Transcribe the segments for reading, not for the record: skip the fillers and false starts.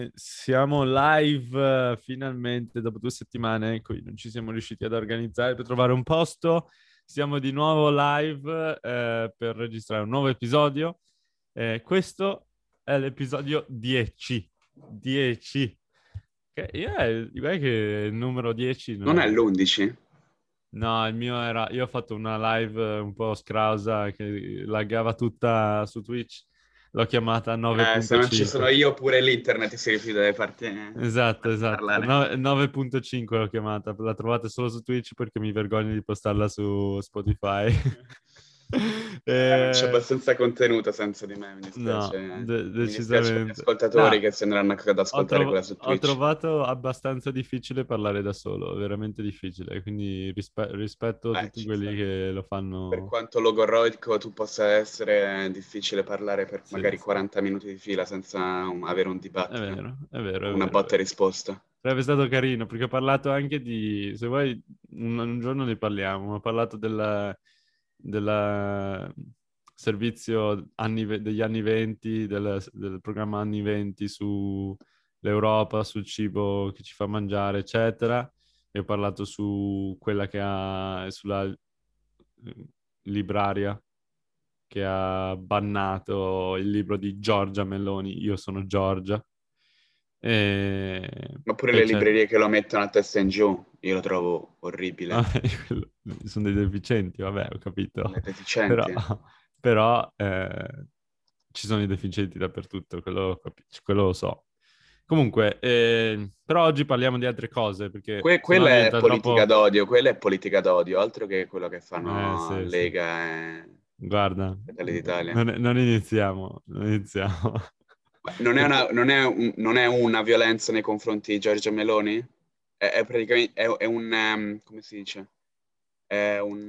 Siamo live finalmente dopo 2 settimane in cui non ci siamo riusciti ad organizzare per trovare un posto. Siamo di nuovo live per registrare un nuovo episodio. Questo è l'episodio 10. 10. Guarda che il numero 10 non Non è è... l'11? No, il mio era... Io ho fatto una live un po' scrausa che laggava tutta su Twitch. L'ho chiamata Se non ci sono 9.5. io, pure l'internet si rifiuta di Esatto, farti esatto. parlare. 9.5 l'ho chiamata. La trovate solo su Twitch perché mi vergogno di postarla su Spotify. Non c'è Eh, abbastanza contenuto senza di me, mi no, dispiace. Mi dispiace per gli decisamente. ascoltatori No, che si andranno ad ascoltare quella su ho Twitch. trovato abbastanza difficile parlare da solo, veramente difficile. Quindi rispetto a tutti Ci quelli sta. che lo Per fanno. quanto logorroico tu possa essere, è difficile parlare per Sì, magari sì. 40 minuti di fila senza avere un È dibattito vero, è vero, o è una vero, è botta e vero. risposta. Sarebbe stato carino perché ho parlato anche di, se vuoi, un giorno ne parliamo. Ho parlato del servizio degli anni 20, del programma anni 20 sull'Europa, sul cibo che ci fa mangiare, eccetera. E ho parlato su quella che ha, sulla libraria che ha bannato il libro di Giorgia Meloni, Io sono Giorgia. E, Oppure e le c'è librerie che lo mettono a testa in giù, io lo trovo Ah, orribile. sono dei deficienti, vabbè, ho capito. Le Però, deficienti. però ci sono i deficienti dappertutto, quello lo so. Comunque, però oggi parliamo di altre cose, perché sennò Quella è diventa politica troppo... d'odio, quella è politica d'odio, altro che quello che fanno Sì, sì. Lega e Guarda, Fratelli d'Italia. non iniziamo, non iniziamo. Ma non è Perché non è una violenza nei confronti di Giorgia Meloni? È praticamente, è un, come si dice? È un,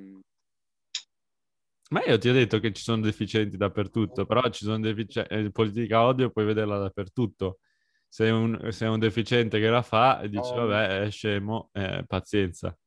Ma io ti ho detto che ci sono deficienti dappertutto, però ci sono deficienti, politica odio puoi vederla dappertutto. Se è un deficiente che la fa e dici, vabbè, è scemo, pazienza.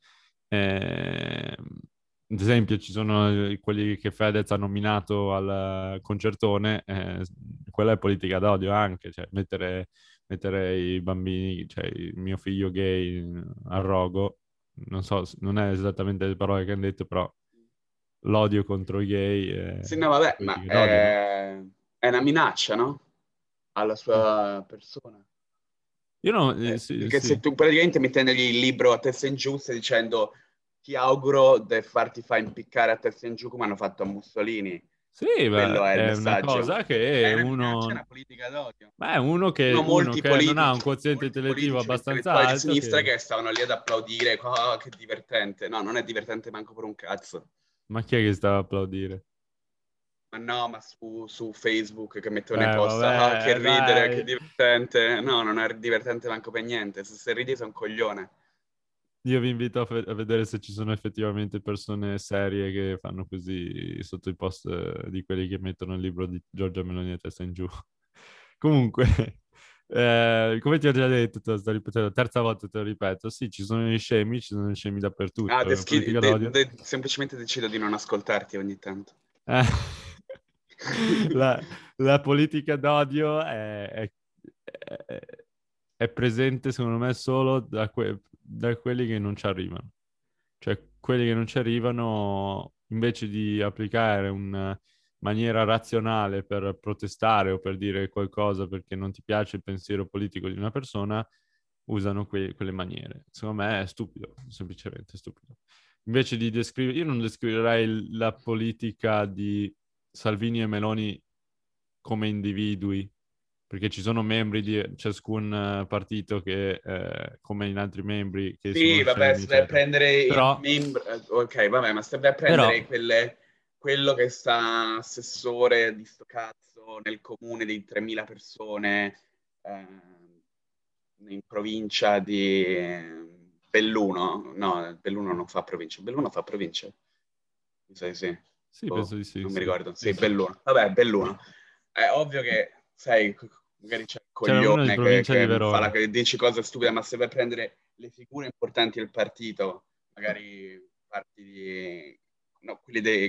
Ad esempio, ci sono quelli che Fedez ha nominato al concertone, quella è politica d'odio anche, cioè mettere i bambini, cioè il mio figlio gay al rogo, non so, non è esattamente le parole che hanno detto, però l'odio contro i gay sì, no, vabbè, ma politica d'odio, no? è una minaccia, no? Alla Sì. sua persona. Io no, sì, Perché se sì. tu praticamente mettendogli il libro a testa in giù stai dicendo ti auguro di farti fa impiccare a testa in giù come hanno fatto a Mussolini. Sì, Quello beh, è il è una messaggio. cosa che È una minaccia, è uno... una politica d'odio. Beh, uno Sono uno che non ha un quoziente molti intellettivo politici o abbastanza intellettuali di alto sinistra che... che stavano lì ad applaudire. Oh, che divertente. No, non è divertente manco per un cazzo. Ma chi è che stava a applaudire? Ma no, ma su Facebook che mettevano i post, ah, che Vabbè, ridere, che dai. divertente. No, non è divertente manco per niente. Se ridi sei un coglione. Io vi invito a vedere se ci sono effettivamente persone serie che fanno così sotto i post di quelli che mettono il libro di Giorgia Meloni a testa in giù. Comunque, come ti ho già detto, te lo sto ripetendo, terza volta te lo ripeto, sì, ci sono gli scemi Ah, dappertutto, è una politica d'odio. semplicemente decido di non ascoltarti ogni tanto. Eh, la, la politica d'odio è- è presente, secondo me, solo da quelli che non ci arrivano. Cioè, quelli che non ci arrivano, invece di applicare una maniera razionale per protestare o per dire qualcosa perché non ti piace il pensiero politico di una persona, usano quelle maniere. Secondo me è stupido, semplicemente stupido. Invece di descrivere, io non descriverei la politica di Salvini e Meloni come individui, perché ci sono membri di ciascun partito che, come in altri membri, che sono Sì, vabbè, scemi, stai a eccetera. prendere il Però, membro. Ok, vabbè, ma stai a però, prendere quello che sta assessore di sto cazzo nel comune di 3.000 persone in provincia di Belluno. No, Belluno non fa provincia. Belluno fa provincia. Mi sa di sì. sì, penso Boh, di sì, non mi sì, ricordo. sì, Sì, sì. Belluno. Vabbè, Belluno. È ovvio che, sai, magari c'è il C'era uno di coglione provincia di che Verona. che dici cose stupide, ma se vai a prendere le figure importanti del partito, magari parti di... No,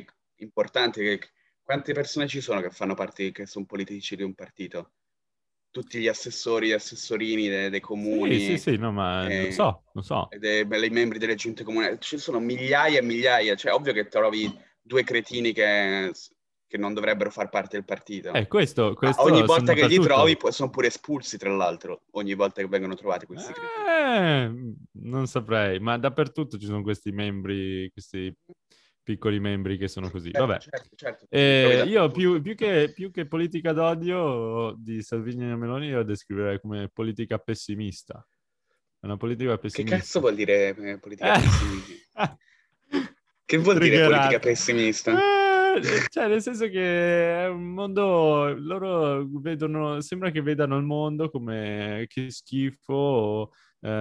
importanti, quante persone ci sono che fanno parte, che sono politici di un partito? tutti gli assessori e assessorini dei comuni. Sì, no, ma lo so. E dei membri delle giunte comunali. Ci sono migliaia e migliaia. Cioè, ovvio che trovi due cretini che non dovrebbero far parte del partito. Questo Ma ogni sono volta che li trovi dappertutto. sono pure espulsi, tra l'altro, ogni volta che vengono trovati questi cretini. Non saprei, ma dappertutto ci sono questi membri, questi piccoli membri che sono così. Vabbè. Certo, li trovi Io dappertutto. più che politica d'odio di Salvini e Meloni, io la descriverei come politica pessimista. È una politica Che cazzo pessimista. vuol dire politica pessimista? Che vuol dire politica Triggerato. pessimista? Cioè, nel senso che è un mondo, loro vedono, sembra che vedano il mondo come che schifo,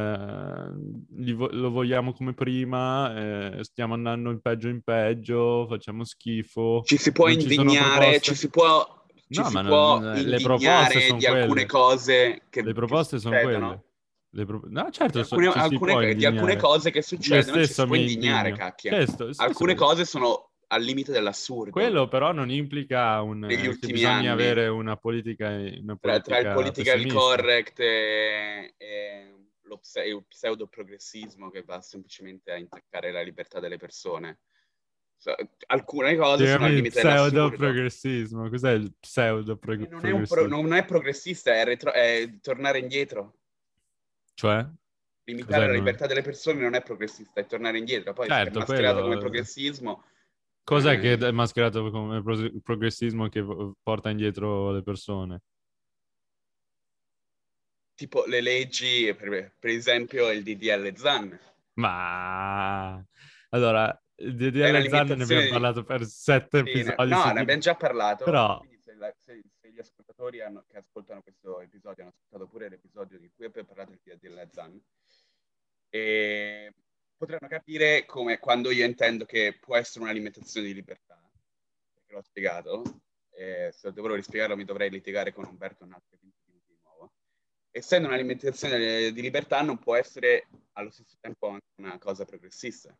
lo vogliamo come prima, stiamo andando in peggio, facciamo schifo, Ci si può non ci sono indignare, proposte. ci No, si ma può le proposte indignare sono di alcune quelle. cose Le che proposte sono quelle. succedono. No, certo, ci si può Di alcune indignare. cose che Io succedono ci si stesso può mi indignare, indigno. cacchia. Stesso. Alcune cose sono al limite dell'assurdo Quello però non implica negli che ultimi bisogna anni. avere una Tra il politica politically pessimista. correct e il pseudo-progressismo che va semplicemente a intaccare la libertà delle persone. Alcune cose sono al Spiegami il limite dell'assurdo. pseudo-progressismo. Cos'è il pseudo-progressismo? Non è progressista, è tornare indietro. Cioè? Limitare Cos'è? la libertà delle persone non è progressista, è tornare indietro. Poi se è Certo, mascherato come quello. progressismo, Cos'è che è mascherato come progressismo che porta indietro le persone? tipo le leggi, per esempio il DDL Zan. Ma allora, di È una DDL Zan ne abbiamo limitazione di... parlato per 7 Sì, episodi no, su ne di lui. abbiamo già parlato, Però, quindi se gli ascoltatori che ascoltano questo episodio hanno ascoltato pure l'episodio di cui abbiamo parlato di DDL Zan, e potranno capire come quando io intendo che può essere una limitazione di libertà, perché l'ho spiegato, e se dovrò rispiegarlo mi dovrei litigare con Umberto un altro 20 minuti di nuovo. Essendo una limitazione di libertà non può essere allo stesso tempo anche una cosa progressista.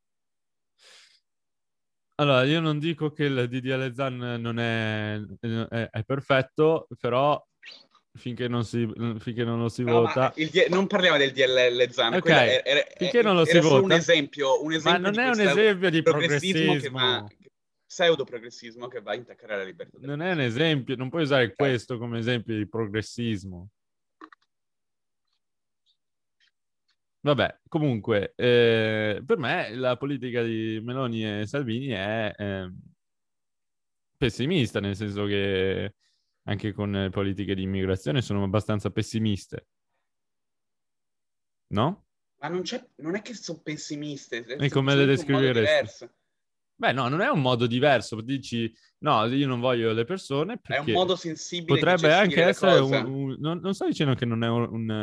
allora, io non dico che il DDL Zan non è perfetto, però finché non lo si No, ma vota. non parliamo del DLL Zan, quello Ok, finché non lo si era solo vota, un ma esempio non di è un questo esempio di progressismo progressismo. pseudo-progressismo che va a intaccare la libertà delle Non è un persone. esempio, non puoi usare Cioè, questo come esempio di progressismo. Vabbè, comunque, per me la politica di Meloni e Salvini è pessimista, nel senso che anche con le politiche di immigrazione sono abbastanza pessimiste, no? ma non è che sono pessimiste, è E come le semplicemente un modo descriveresti? diverso. Beh, no, non è un modo diverso. Dici, no, io non voglio le persone È un perché modo sensibile di potrebbe anche gestire le essere cose. non sto dicendo che non è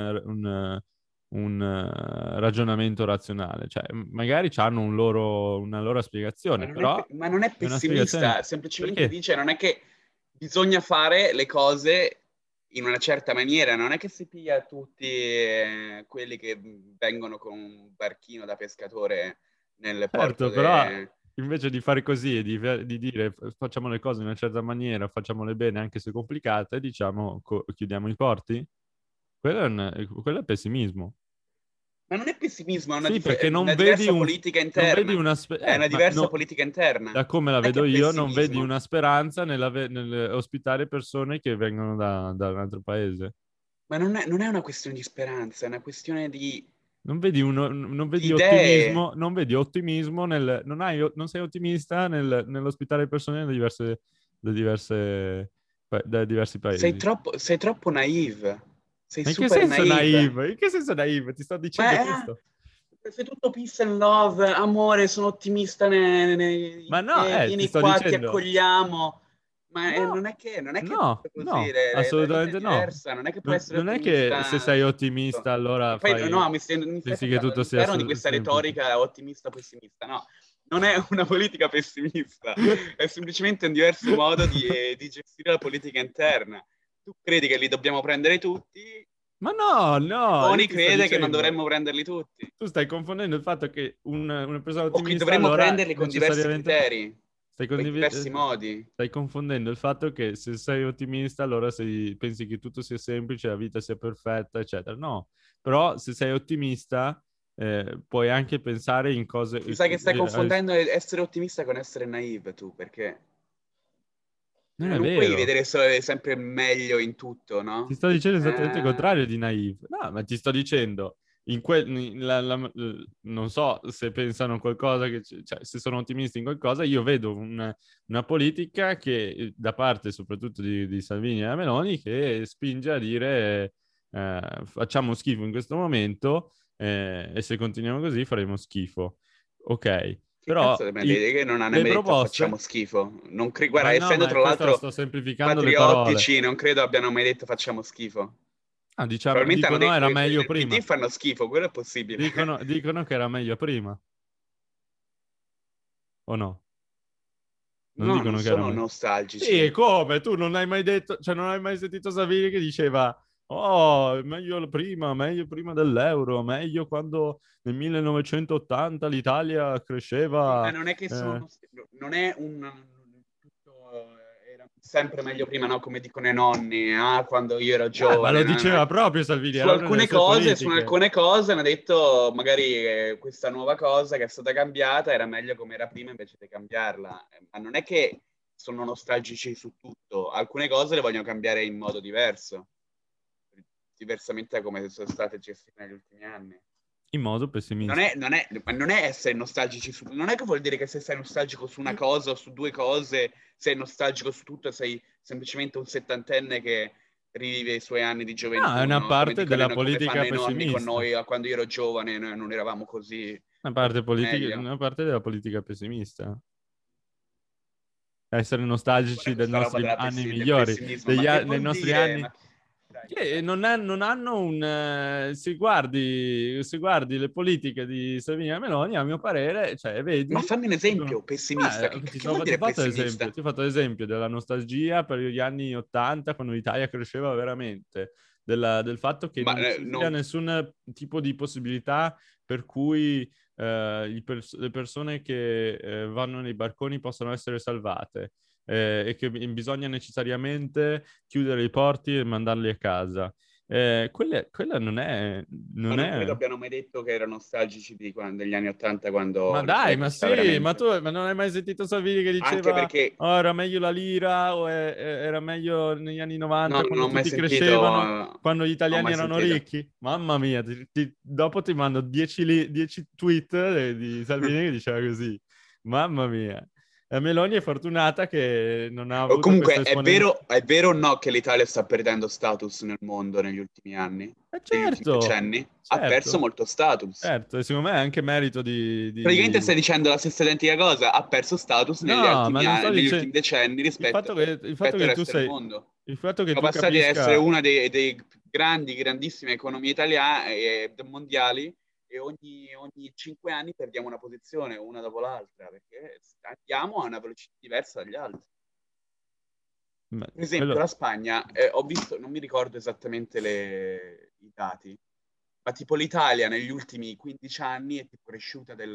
ragionamento razionale, cioè magari hanno una loro spiegazione, però Ma non è è una spiegazione. pessimista, semplicemente Perché? dice non è che bisogna fare le cose in una certa maniera, non è che si piglia tutti quelli che vengono con un barchino da pescatore nel porto Certo, però invece di fare così e di dire facciamo le cose in una certa maniera, facciamole bene anche se complicate, diciamo chiudiamo i porti, quello è pessimismo. Ma non è pessimismo, Sì, è perché una diversa politica non vedi interna. È una ma diversa politica interna. da come la Non è che vedo è io, non vedi pessimismo. una speranza nel ospitare persone che vengono da un altro paese. Ma non è una questione di speranza, è una questione Non di vedi idee. ottimismo, non vedi ottimismo non sei ottimista nell'ospitare persone da diversi paesi. Sei troppo naive. Sei Ma in che super senso naive. naive? In che senso naive? Ti sto Ma dicendo questo. sei tutto peace and love, amore, sono ottimista, Ma no, ti vieni sto qua, ti dicendo. accogliamo. Ma No, non è che è no, tutto così, no, la vita è assolutamente no. diversa, non è che puoi essere Non è che se ottimista sei su tutto. ottimista E allora poi no, mi stai pensi che portando tutto sia all'interno di questa semplice. retorica ottimista-pessimista, no. Non è una politica pessimista, è semplicemente un diverso modo di gestire la politica interna. Tu credi che li dobbiamo prendere tutti, Ma no, no, io Meloni ti sto crede che non dicendo, dovremmo prenderli tutti. tu stai confondendo il fatto che una persona O che ottimista dovremmo allora prenderli con diversi necessariamente criteri. in diversi modi. Stai confondendo il fatto che se sei ottimista allora pensi che tutto sia semplice, la vita sia perfetta, eccetera. No, però se sei ottimista puoi anche pensare in cose... Mi sa che stai confondendo essere ottimista con essere naive tu, perché Non è non puoi vero. vedere sempre meglio in tutto, Ti no? sto dicendo esattamente il contrario di naive. No, ma ti sto dicendo, non so se pensano qualcosa, cioè se sono ottimisti in qualcosa, io vedo una politica che da parte soprattutto di Salvini e Meloni che spinge a dire facciamo schifo in questo momento e se continuiamo così faremo schifo. Ok, Che però cazzo di me che non hanno le mai detto facciamo proposte... schifo? Guarda, Ma no, essendo ma tra questo lo l'altro sto semplificando le parole. patriottici, non credo abbiano mai detto facciamo schifo. Ah, diciamo, Probabilmente hanno dicono detto era che quelli meglio del PD prima. fanno schifo, quello è possibile. Dicono che era meglio prima, o no? Non No, non dicono che era sono meglio. Sì, e nostalgici. come? Tu non hai mai detto, cioè non hai mai sentito Savini che diceva oh, meglio prima dell'euro, meglio quando nel 1980 l'Italia Sì, ma cresceva. non è che eh. non è tutto, era sempre meglio prima, no? Come dicono i nonni, quando io ero Ma giovane. lo No, no. diceva proprio Salvini, Su era una delle alcune sue cose, politiche. hanno detto magari questa nuova cosa che è stata cambiata era meglio come era prima invece di cambiarla. Ma non è che sono nostalgici su tutto, alcune cose le vogliono cambiare in modo diverso, diversamente da come sono state gestite negli ultimi anni. In modo Non pessimista. è, non è- ma non è essere nostalgici non è che vuol dire che se sei nostalgico su una cosa o su due cose, sei nostalgico su tutto e sei semplicemente un settantenne che rivive i suoi anni di No, è gioventù, una no? Come parte dicono, della come fanno politica i nonni con pessimista. noi quando io ero giovane, noi non eravamo così, Una era parte, tutto meglio. una parte della politica pessimista. Essere Guarda nostalgici dei questa roba nostri anni del migliori, pessimismo, ma che dei vuol nostri dire? anni Ma dai, che vabbè. non hanno un... se guardi le politiche di Salvini e Meloni, a mio parere, cioè, Ma vedi... fammi un dicono- esempio pessimista. Che vuol Ti ho dire fatto l'esempio, pessimista? ti ho fatto l'esempio della nostalgia per gli anni 80, quando l'Italia cresceva veramente, del fatto che Ma non ci sia non, nessun tipo di possibilità per cui le persone che vanno nei barconi possono essere salvate e che bisogna necessariamente chiudere i porti e mandarli a casa. Quella Ma non non credo è... abbiano mai detto che erano nostalgici degli anni Ottanta Ma quando dai, l'Italia ma cresceva sì, veramente. ma non hai mai sentito Salvini che Anche diceva perché oh, era meglio la lira o era meglio negli anni no, 90 non quando ho mai tutti sentito, crescevano, quando gli non ho italiani mai erano sentito. ricchi? Mamma mia, dopo ti mando 10 tweet di Salvini che diceva così. Mamma mia. La Meloni è fortunata che non ha O avuto questa comunque esponenza. è vero o no che l'Italia sta perdendo status nel mondo negli ultimi anni, negli ultimi Certo, decenni? Ha perso certo, molto status. certo, e secondo me è anche merito Praticamente stai dicendo la stessa identica cosa, ha perso status No, ma non sto negli ultimi dicendo... decenni rispetto, Il fatto rispetto al che tu resto del sei... mondo. Il fatto che Siamo tu passati ad essere capisca... una dei grandissime economie italiane e mondiali e ogni 5 anni perdiamo una posizione una dopo l'altra perché andiamo a una velocità diversa dagli altri. Beh, Per esempio, quello... la Spagna, ho visto, non mi ricordo esattamente i dati, ma tipo l'Italia negli ultimi 15 anni è tipo cresciuta del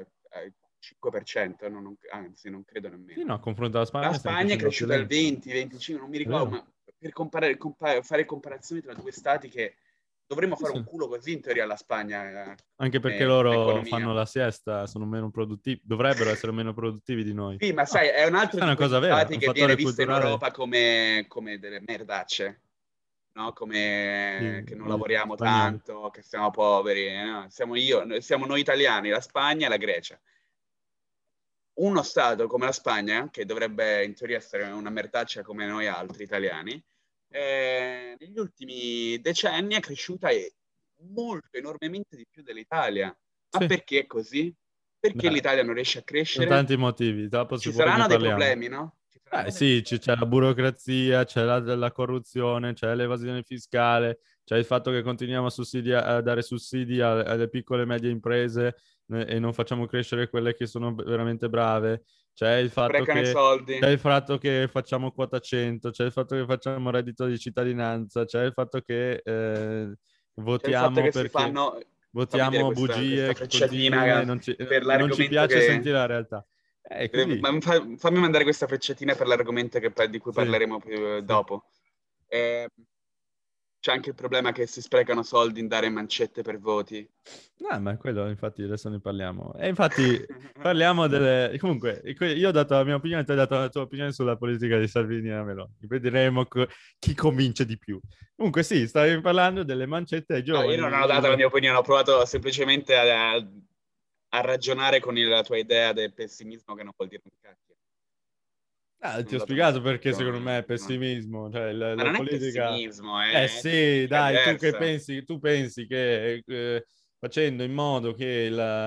5%, anzi non credo Sì, nemmeno. no, a confronto alla La Spagna stiamo Spagna è crescendo più cresciuta al lento. 20-25, non mi È ricordo, vero. ma per fare comparazioni tra due stati che dovremmo Sì, fare un sì. culo così in teoria alla Spagna Anche perché come loro economia. fanno la siesta, sono meno produttivi, dovrebbero essere meno produttivi di noi. Sì, ma sai, No, è un altro questa è di una quegli cosa vera, è stati un che viene fattore visto in culturale. Europa come delle merdacce, no? Come che non Gli lavoriamo spagnoli. tanto, che siamo poveri, no? Siamo noi italiani, la Spagna e la Grecia. Uno stato come la Spagna, che dovrebbe in teoria essere una merdaccia come noi altri italiani, negli ultimi decenni è cresciuta molto, enormemente di più dell'Italia. Ma Sì, perché è così? Perché beh, l'Italia non riesce a sono crescere? tanti motivi, dopo se Ci vuoi ne saranno dei parliamo. problemi, no? Ci saranno dei Sì, problemi. c'è la burocrazia, c'è la corruzione, c'è l'evasione fiscale, c'è il fatto che continuiamo a dare sussidi alle piccole e medie imprese e non facciamo crescere quelle che sono veramente brave. Sprecano i soldi. C'è il fatto che facciamo quota 100, c'è il fatto che facciamo reddito di cittadinanza, c'è il fatto che C'è il fatto votiamo che si perché fanno, fammi dire votiamo questa bugie frecciatina continue, per non ci l'argomento piace che sentire la realtà. È così. Ma fammi mandare questa frecciatina per l'argomento di cui Sì, parleremo più sì. dopo. Eh, C'è anche il problema che si sprecano soldi in dare mancette per voti. No, ma quello infatti adesso ne parliamo. E infatti parliamo delle... Comunque, io ho dato la mia opinione, tu hai dato la tua opinione sulla politica di Salvini e Meloni. Vedremo chi convince di più. Comunque sì, stavi parlando delle mancette ai No, io giovani. non ho dato la mia opinione, ho provato semplicemente a ragionare con la tua idea del pessimismo che non vuol dire un cacchio. Ti ho Nulla spiegato totalmente perché secondo me è no. pessimismo. Cioè, Ma la non è politica... pessimismo, è Sì, politica dai, diversa. tu pensi che facendo in modo che,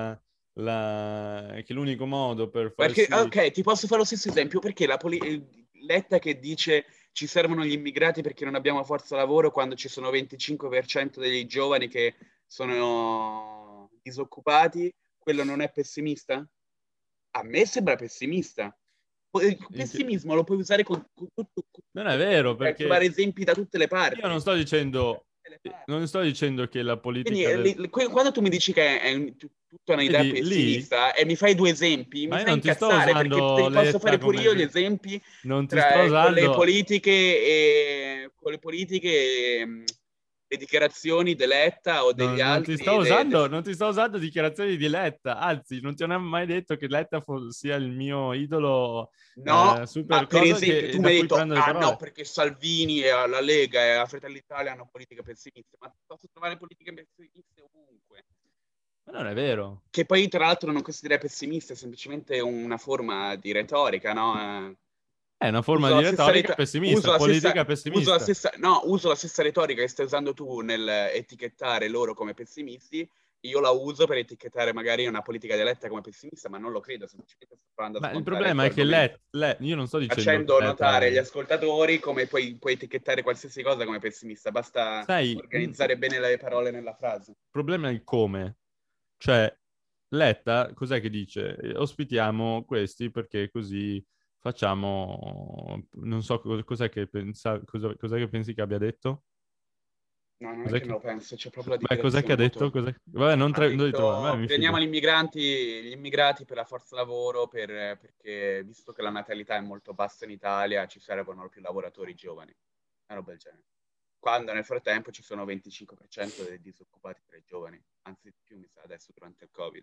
che l'unico modo per far Perché, sì... ok, ti posso fare lo stesso esempio, perché Letta che dice ci servono gli immigrati perché non abbiamo forza lavoro quando ci sono 25% dei giovani che sono disoccupati, quello non è pessimista? A me sembra pessimista. Il pessimismo lo puoi usare con tutto, Non è vero, puoi trovare perché esempi da tutte le io parti. non sto Da dicendo, tutte le parti. non sto dicendo che la Quindi politica del... quando tu mi dici che è tutta un'idea Vedi, lì, pessimista e mi fai due esempi, mi ma io fai non ti sto incazzare perché te usando li posso Letta fare pure come io gli esempio. esempi Non ti sto usando... con le politiche e le dichiarazioni dell'Eletta o degli Non ti sto altri. usando, non ti sto usando dichiarazioni di Letta, anzi, non ti ho mai detto che Letta sia il mio idolo No, ma super per cosa esempio tu mi da hai cui detto, prendo le ah no, parole. perché Salvini e la Lega e la Fratelli d'Italia hanno politiche pessimiste, ma posso trovare politiche pessimiste ovunque. Ma non è vero. Che poi, tra l'altro, non considerare pessimista, è semplicemente una forma di retorica, no? È una forma Uso di la stessa, retorica pessimista, uso la stessa, politica uso la pessimista. stessa, no, uso la stessa retorica che stai usando tu nel etichettare loro come pessimisti. Io la uso per etichettare magari una politica diretta come pessimista, ma non lo credo, semplicemente sto provando a Ma il smontare il problema tuo è che argomento. io non sto dicendo che Facendo Letta notare è... agli ascoltatori come puoi etichettare qualsiasi cosa come pessimista, basta Sai, organizzare bene le parole nella frase. il problema è il come. Cioè, Letta, cos'è che dice? Ospitiamo questi perché così facciamo... Non so cos'è che cos'è che pensi che abbia detto? No, non è Cos'è che me che... lo penso, c'è proprio la Beh, cos'è che dichiarazione ha detto? molto... Vabbè, Ha non devi trovare, vai, detto mi prendiamo fido. gli immigrati per la forza lavoro perché visto che la natalità è molto bassa in Italia ci servono più lavoratori giovani. Una roba del genere. Quando nel frattempo ci sono 25% dei disoccupati tra i giovani, anzi di più mi sa adesso durante il Covid.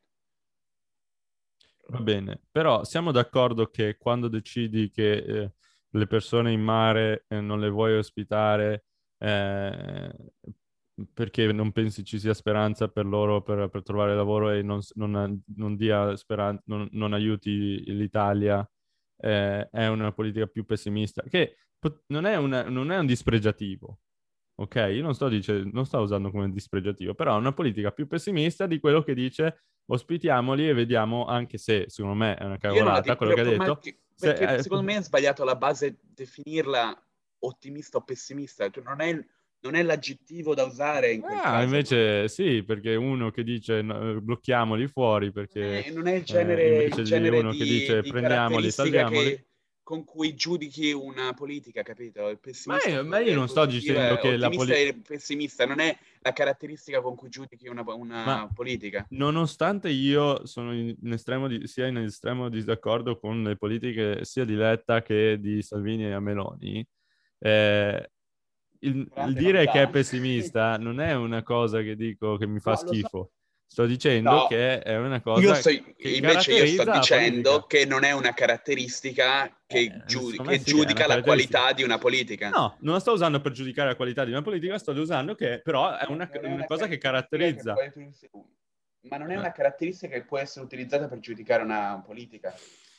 Va bene, però siamo d'accordo che quando decidi che le persone in mare non le vuoi ospitare eh, perché non pensi ci sia speranza per loro per trovare lavoro e non dia non aiuti l'Italia, è una politica più pessimista, che non è un dispregiativo. Ok, io non sto usando come dispregiativo, però è una politica più pessimista di quello che dice ospitiamoli e vediamo, anche se secondo me è una Io non la cavolata quello che ha detto. perché secondo me è sbagliato alla base definirla ottimista o pessimista, cioè non è l'aggettivo da usare in quel caso, no? Invece sì, perché uno che dice no, blocchiamoli fuori, perché Non è il invece di genere uno che dice di prendiamoli, caratteristica salviamoli. con cui giudichi una politica, capito? Il pessimista Ma io è non sto dicendo positiva, che la ottimista politica... e pessimista, non è la caratteristica con cui giudichi Ma una politica. nonostante io sono sia in estremo disaccordo con le politiche sia di Letta che di Salvini e Meloni, eh, il Grande dire che è novità. pessimista non è una cosa che dico che mi fa No, lo so. schifo. Sto dicendo No, che è una cosa che io sto caratterizza la dicendo politica. che non è una caratteristica Secondo me che sì, è una giudica la caratteristica. qualità di una politica. No, non la sto usando per giudicare la qualità di una politica, sto usando che però è Non è una una cosa che caratteristica che caratterizza. può ma non è Eh, una caratteristica che può essere utilizzata per giudicare una politica.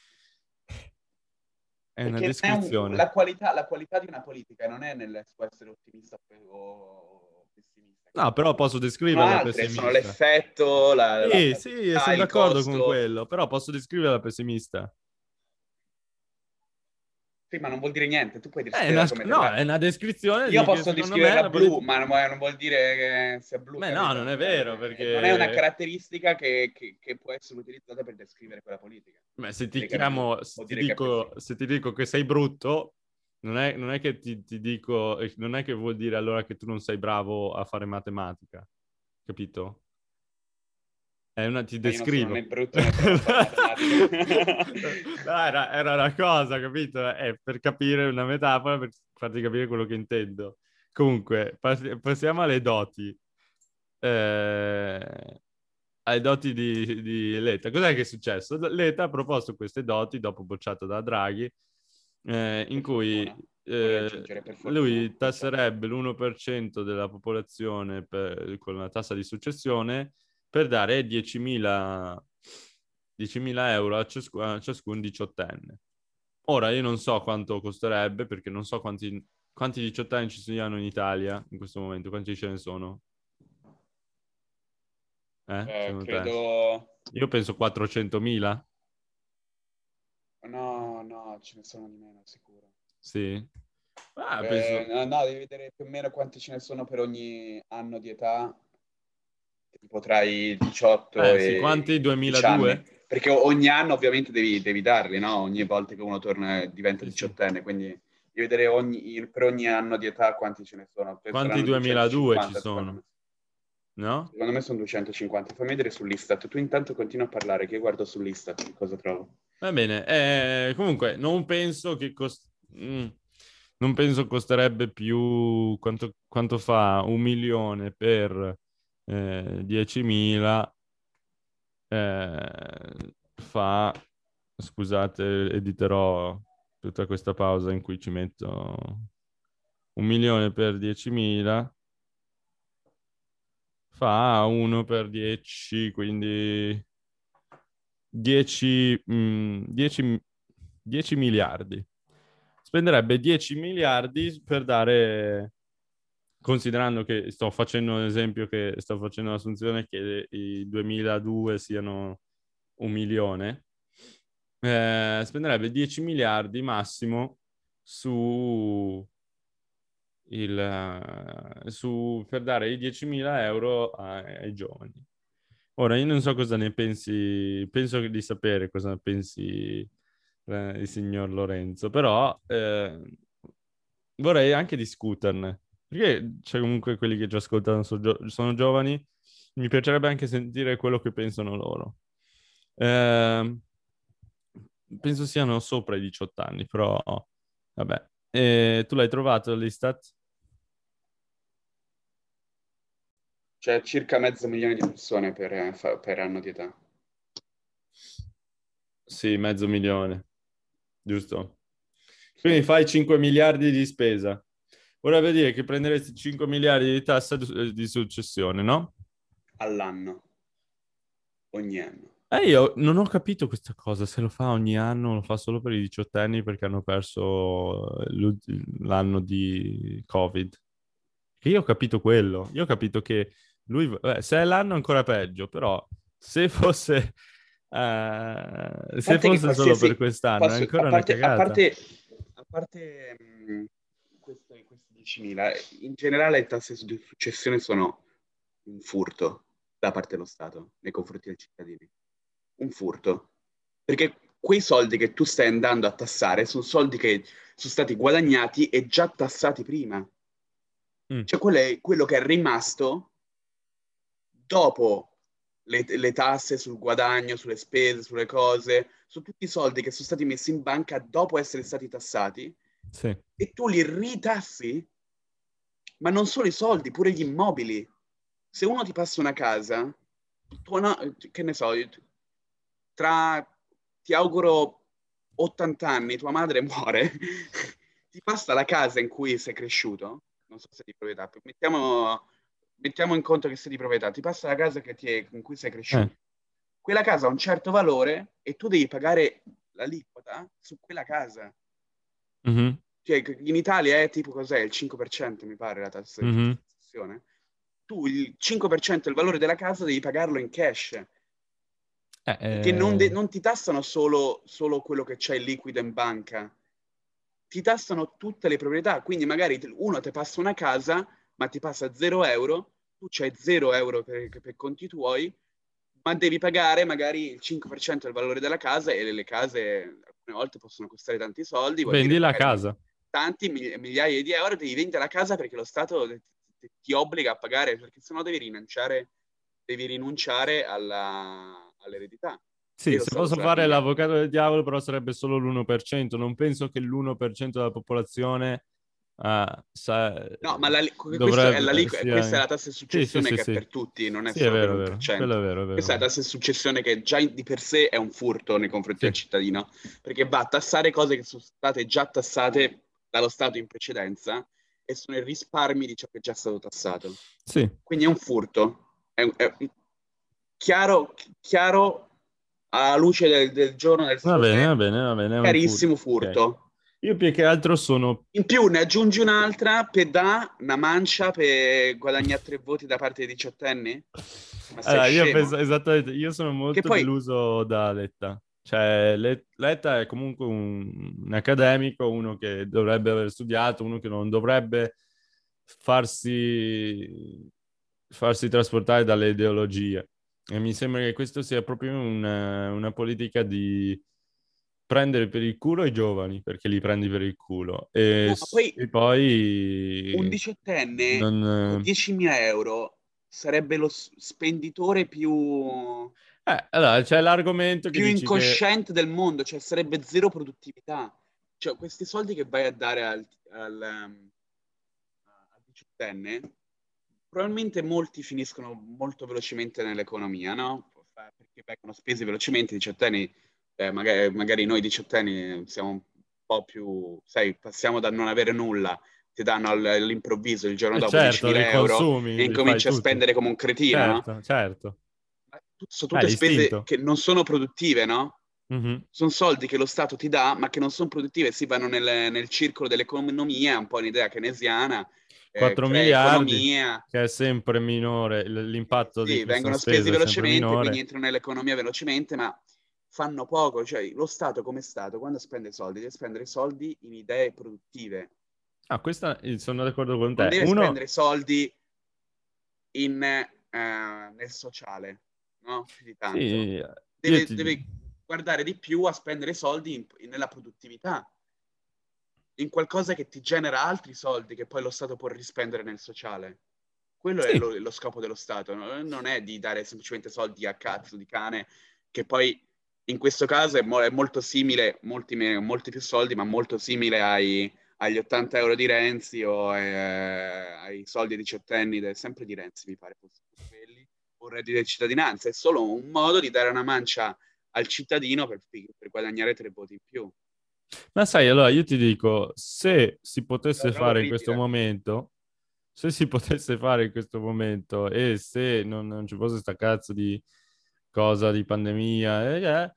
È una Perché non è descrizione. la qualità di una politica non è nel suo essere ottimista o pessimista, No, capito? però posso Sono descriverla altre, sono pessimista. l'effetto, la Sì, sì, praticità, sono il d'accordo con costo. quello, però posso descriverla pessimista. Sì, ma non vuol dire niente, tu puoi È descriverla come te no, pare. è una descrizione Io di che posso secondo me descriverla la blu, politica... ma non vuol dire che sia blu, Beh, no, capito? non è vero, Non è una perché caratteristica che può essere utilizzata per descrivere quella politica. beh, se ti Dire che è blu chiamo, o dire che è pessimista. se ti dico che sei brutto, non è che ti dico, non è che vuol dire allora che tu non sei bravo a fare matematica, capito? Ti Ma io non sono descrivo. né brutto né bravo a fare matematica. No, era una cosa, capito? È per capire una metafora, per farti capire quello che intendo. Comunque, passiamo alle doti. Ai doti di Letta. Cos'è che è successo? Letta ha proposto queste doti, dopo bocciato da Draghi, in Per cui fortuna. Vorrei aggiungere per fortuna. lui tasserebbe l'1% della popolazione con la tassa di successione per dare 10.000 euro a ciascun diciottenne. Ora io non so quanto costerebbe perché non so quanti diciottenni ci siano in Italia in questo momento, quanti ce ne sono? Secondo te? Credo... Io penso 400.000. No, ce ne sono di meno, sicuro. Sì. Penso... No, devi vedere più o meno quanti ce ne sono per ogni anno di età, tipo tra i 18 Sì, e quanti? i 15 anni. 2002? Perché ogni anno ovviamente devi darli, no? Ogni volta che uno torna diventa Sì, sì. diciottenne, quindi devi vedere per ogni anno di età quanti ce ne sono. Quanti Saranno 2002 ci 250 secondo sono? me. No? Secondo me sono 250. Fammi vedere sull'Istat. Tu intanto continua a parlare, che io guardo sull'Istat che cosa trovo. Va bene. Comunque, non penso costerebbe più quanto fa 1 milione per 10.000. Fa, scusate, editerò tutta questa pausa in cui ci metto 1 milione per 10.000, fa 1 per 10, quindi 10 miliardi. Spenderebbe 10 miliardi per dare, considerando che sto facendo un esempio, che sto facendo l'assunzione che i 2002 siano 1 milione, spenderebbe 10 miliardi massimo su per dare i 10.000 euro ai giovani. Ora, io non so cosa ne pensi, penso di sapere cosa ne pensi il signor Lorenzo, però vorrei anche discuterne, perché c'è comunque quelli che ci ascoltano sono giovani, mi piacerebbe anche sentire quello che pensano loro. Eh, Penso siano sopra i 18 anni, però vabbè. Tu l'hai trovato l'Istat? C'è circa 500.000 di persone per anno di età. Sì, 500.000, giusto? Sì, Quindi fai 5 miliardi di spesa. Ora vuol dire che prenderesti 5 miliardi di tassa di successione, no? all'anno, ogni anno. Io non ho capito questa cosa, se lo fa ogni anno o lo fa solo per i diciottenni perché hanno perso l'anno di Covid. Che io ho capito quello, io ho capito che lui, se è l'anno ancora peggio, però se fosse, A se parte che fosse solo per qualsiasi... quest'anno è a ancora una parte, a cagata. parte, a parte questi 10.000, in generale le tasse di successione sono un furto da parte dello Stato nei confronti dei cittadini. Un furto. Perché quei soldi che tu stai andando a tassare sono soldi che sono stati guadagnati e già tassati prima. Mm, Cioè quello che è rimasto dopo le tasse sul guadagno, sulle spese, sulle cose, su tutti i soldi che sono stati messi in banca dopo essere stati tassati, sì. e tu li ritassi, ma non solo i soldi, pure gli immobili. Se uno ti passa una casa, che ne so, tra, ti auguro 80 anni, tua madre muore, ti passa la casa in cui sei cresciuto, non so se è di proprietà, mettiamo in conto che sei di proprietà, ti passa la casa in cui sei Eh, cresciuto. Quella casa ha un certo valore e tu devi pagare l'aliquota su quella casa. mhm, Cioè, in Italia è tipo cos'è? Il 5% mi pare la tassa di mhm. successione. Tu il 5% del valore della casa devi pagarlo in cash, Eh, perché eh, non ti tassano solo quello che c'è liquido in banca, ti tassano tutte le proprietà. Quindi magari uno ti passa una casa, ma ti passa 0 euro, tu c'hai 0 euro per conti tuoi, ma devi pagare magari il 5% del valore della casa, e le case alcune volte possono costare tanti soldi, vuol dire Vendi la magari casa. tanti migliaia di euro, devi vendere la casa perché lo Stato ti obbliga a pagare, perché sennò devi rinunciare devi rinunciare all'eredità. Sì, Io lo se stavo posso sulla fare figlia. l'avvocato del diavolo, però sarebbe solo l'1%. Non penso che l'1% della popolazione No, ma dovrebbe, questa è sia... la tassa di Sì, sì, successione sì, che è sì. per tutti, non è Sì, è solo per vero, è vero. Quello è l'1%. vero, è Questa è vero. la tassa di successione che già di per sé è un furto nei confronti del Sì, cittadino, perché va a tassare cose che sono state già tassate dallo Stato in precedenza e sono i risparmi di ciò che è già stato tassato. sì. Quindi è un furto. È chiaro, chiaro alla luce del giorno del Va bene, va sole, bene, va bene, è un furto. chiarissimo Ok. furto. Io più che altro sono... In più ne aggiungi un'altra per dare una mancia per guadagnare 3 voti da parte dei diciottenni? Ma sei Allora, io penso scemo? esattamente, io sono Che molto poi, deluso da Letta. Cioè, Letta è comunque un accademico, uno che dovrebbe aver studiato, uno che non dovrebbe farsi trasportare dalle ideologie. E mi sembra che questo sia proprio una politica di prendere per il culo i giovani, perché li prendi per il culo. no, ma poi E un poi diciottenne con non... 10.000 euro sarebbe lo spenditore allora, c'è l'argomento che più dici che... incosciente del mondo, cioè sarebbe zero produttività. Cioè, questi soldi che vai a dare al diciottenne, probabilmente molti finiscono molto velocemente nell'economia, no? Perché vengono spesi velocemente, i diciottenni, magari noi diciottenni siamo un po' più, sai, passiamo da non avere nulla, ti danno all'improvviso il giorno dopo Certo, li 10.000 euro e consumi, li fai incominci a tutti. spendere come un cretino, no? Certo, certo. Ma sono tutte spese L'istinto. che non sono produttive, no? Mhm. Sono soldi che lo Stato ti dà, ma che non sono produttive, si vanno nel circolo dell'economia, è un po' un'idea keynesiana, 4 crea miliardi, economia, che è sempre minore, l'impatto di sì, questa vengono spesi spesa è sempre velocemente, quindi minore. entrano nell'economia velocemente, ma fanno poco. Cioè, lo Stato come Stato, quando spende soldi, deve spendere soldi in idee produttive, Ah, questa sono d'accordo con non te. deve Uno, spendere soldi nel sociale, no? Più di sì, tanto. io Deve guardare di più a spendere soldi nella produttività, in qualcosa che ti genera altri soldi che poi lo Stato può rispendere nel sociale. Quello è sì. lo scopo dello Stato, no? Non è di dare semplicemente soldi a cazzo di cane, che poi in questo caso è molto simile, molti più soldi, ma molto simile agli 80 euro di Renzi o ai soldi diciottenni, sempre di Renzi mi pare fossero quelli, o il reddito di cittadinanza. È solo un modo di dare una mancia al cittadino per guadagnare 3 voti in più. Ma sai, allora io ti dico, se si La potesse trovo fare in questo orribile. momento, se si potesse fare in questo momento e se non ci fosse sta cazzo di cosa di pandemia,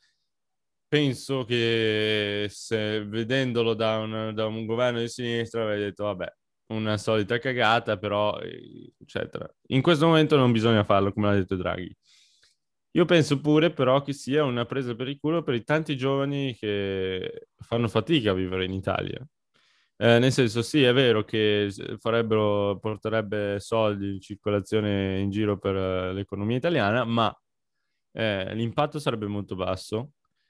penso che se vedendolo da un governo di sinistra avrei detto, vabbè, una solita cagata, però, eccetera. In questo momento non bisogna farlo, come l'ha detto Draghi. Io penso pure però che sia una presa per il culo per i tanti giovani che fanno fatica a vivere in Italia. Nel senso, sì, è vero che porterebbe soldi in circolazione in giro per l'economia italiana, ma l'impatto sarebbe molto basso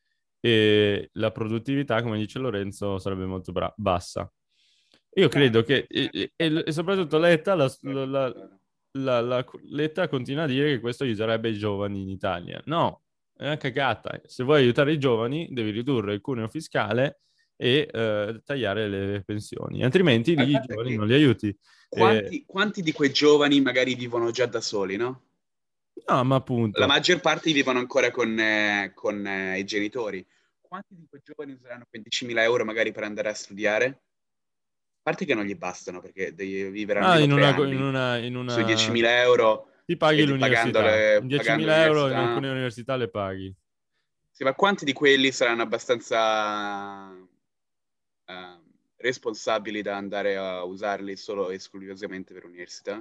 e la produttività, come dice Lorenzo, sarebbe molto bassa. Io No, credo che, l'inflazione e soprattutto sarebbe aumentata. Letta continua a dire che questo aiuterebbe i giovani in Italia. No, è una cagata. Se vuoi aiutare i giovani, devi ridurre il cuneo fiscale e tagliare le pensioni, altrimenti Ma il i fatto è giovani che non li aiuti. Eh, quanti di quei giovani magari vivono già da soli, no? no, ma La appunto, maggior parte vivono ancora con i genitori. Quanti di quei giovani useranno 15.000 euro magari per andare a studiare? A parte che non gli bastano perché devi vivere ah, almeno in tre una, anni in sui una... 10.000 euro Ti paghi pagando, l'università. In pagando 10.000 euro in l'università. alcune università le paghi. Sì, ma quanti di quelli saranno abbastanza eh, responsabili da andare a usarli solo e esclusivamente per università?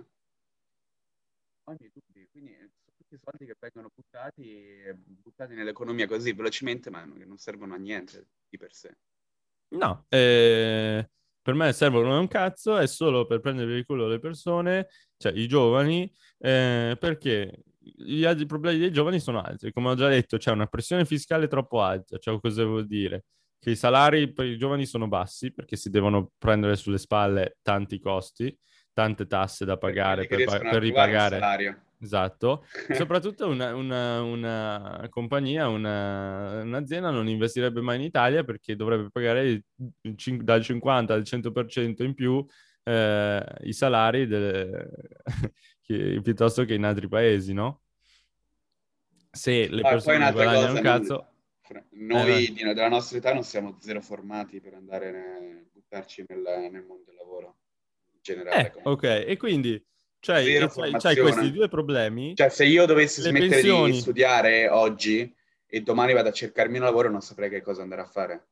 Ogni dubbi, quindi sono tutti soldi che vengono buttati nell'economia così velocemente, ma che non servono a niente di per sé. No, per me servono un cazzo, è solo per prendere per il culo le persone, cioè i giovani, perché gli altri problemi dei giovani sono altri. Come ho già detto, c'è una pressione fiscale troppo alta. Cioè, cosa vuol dire? Che i salari per i giovani sono bassi perché si devono prendere sulle spalle tanti costi, tante tasse da Per pagare quelli che riescono a per trovare un ripagare. salario. Esatto, e soprattutto una compagnia, un'azienda non investirebbe mai in Italia perché dovrebbe pagare dal 50 al 100% in più i salari piuttosto che in altri paesi, no? Se le Ah, e poi persone non un'altra guadagnano un cosa, cazzo, noi vai. della nostra età non siamo zero formati per andare buttarci nel mondo del lavoro in generale Ok, comunque. e quindi Zero c'hai questi formazione. due problemi, Cioè, se io dovessi le smettere di pensioni. studiare oggi e domani vado a cercarmi un lavoro, non saprei che cosa andare a fare.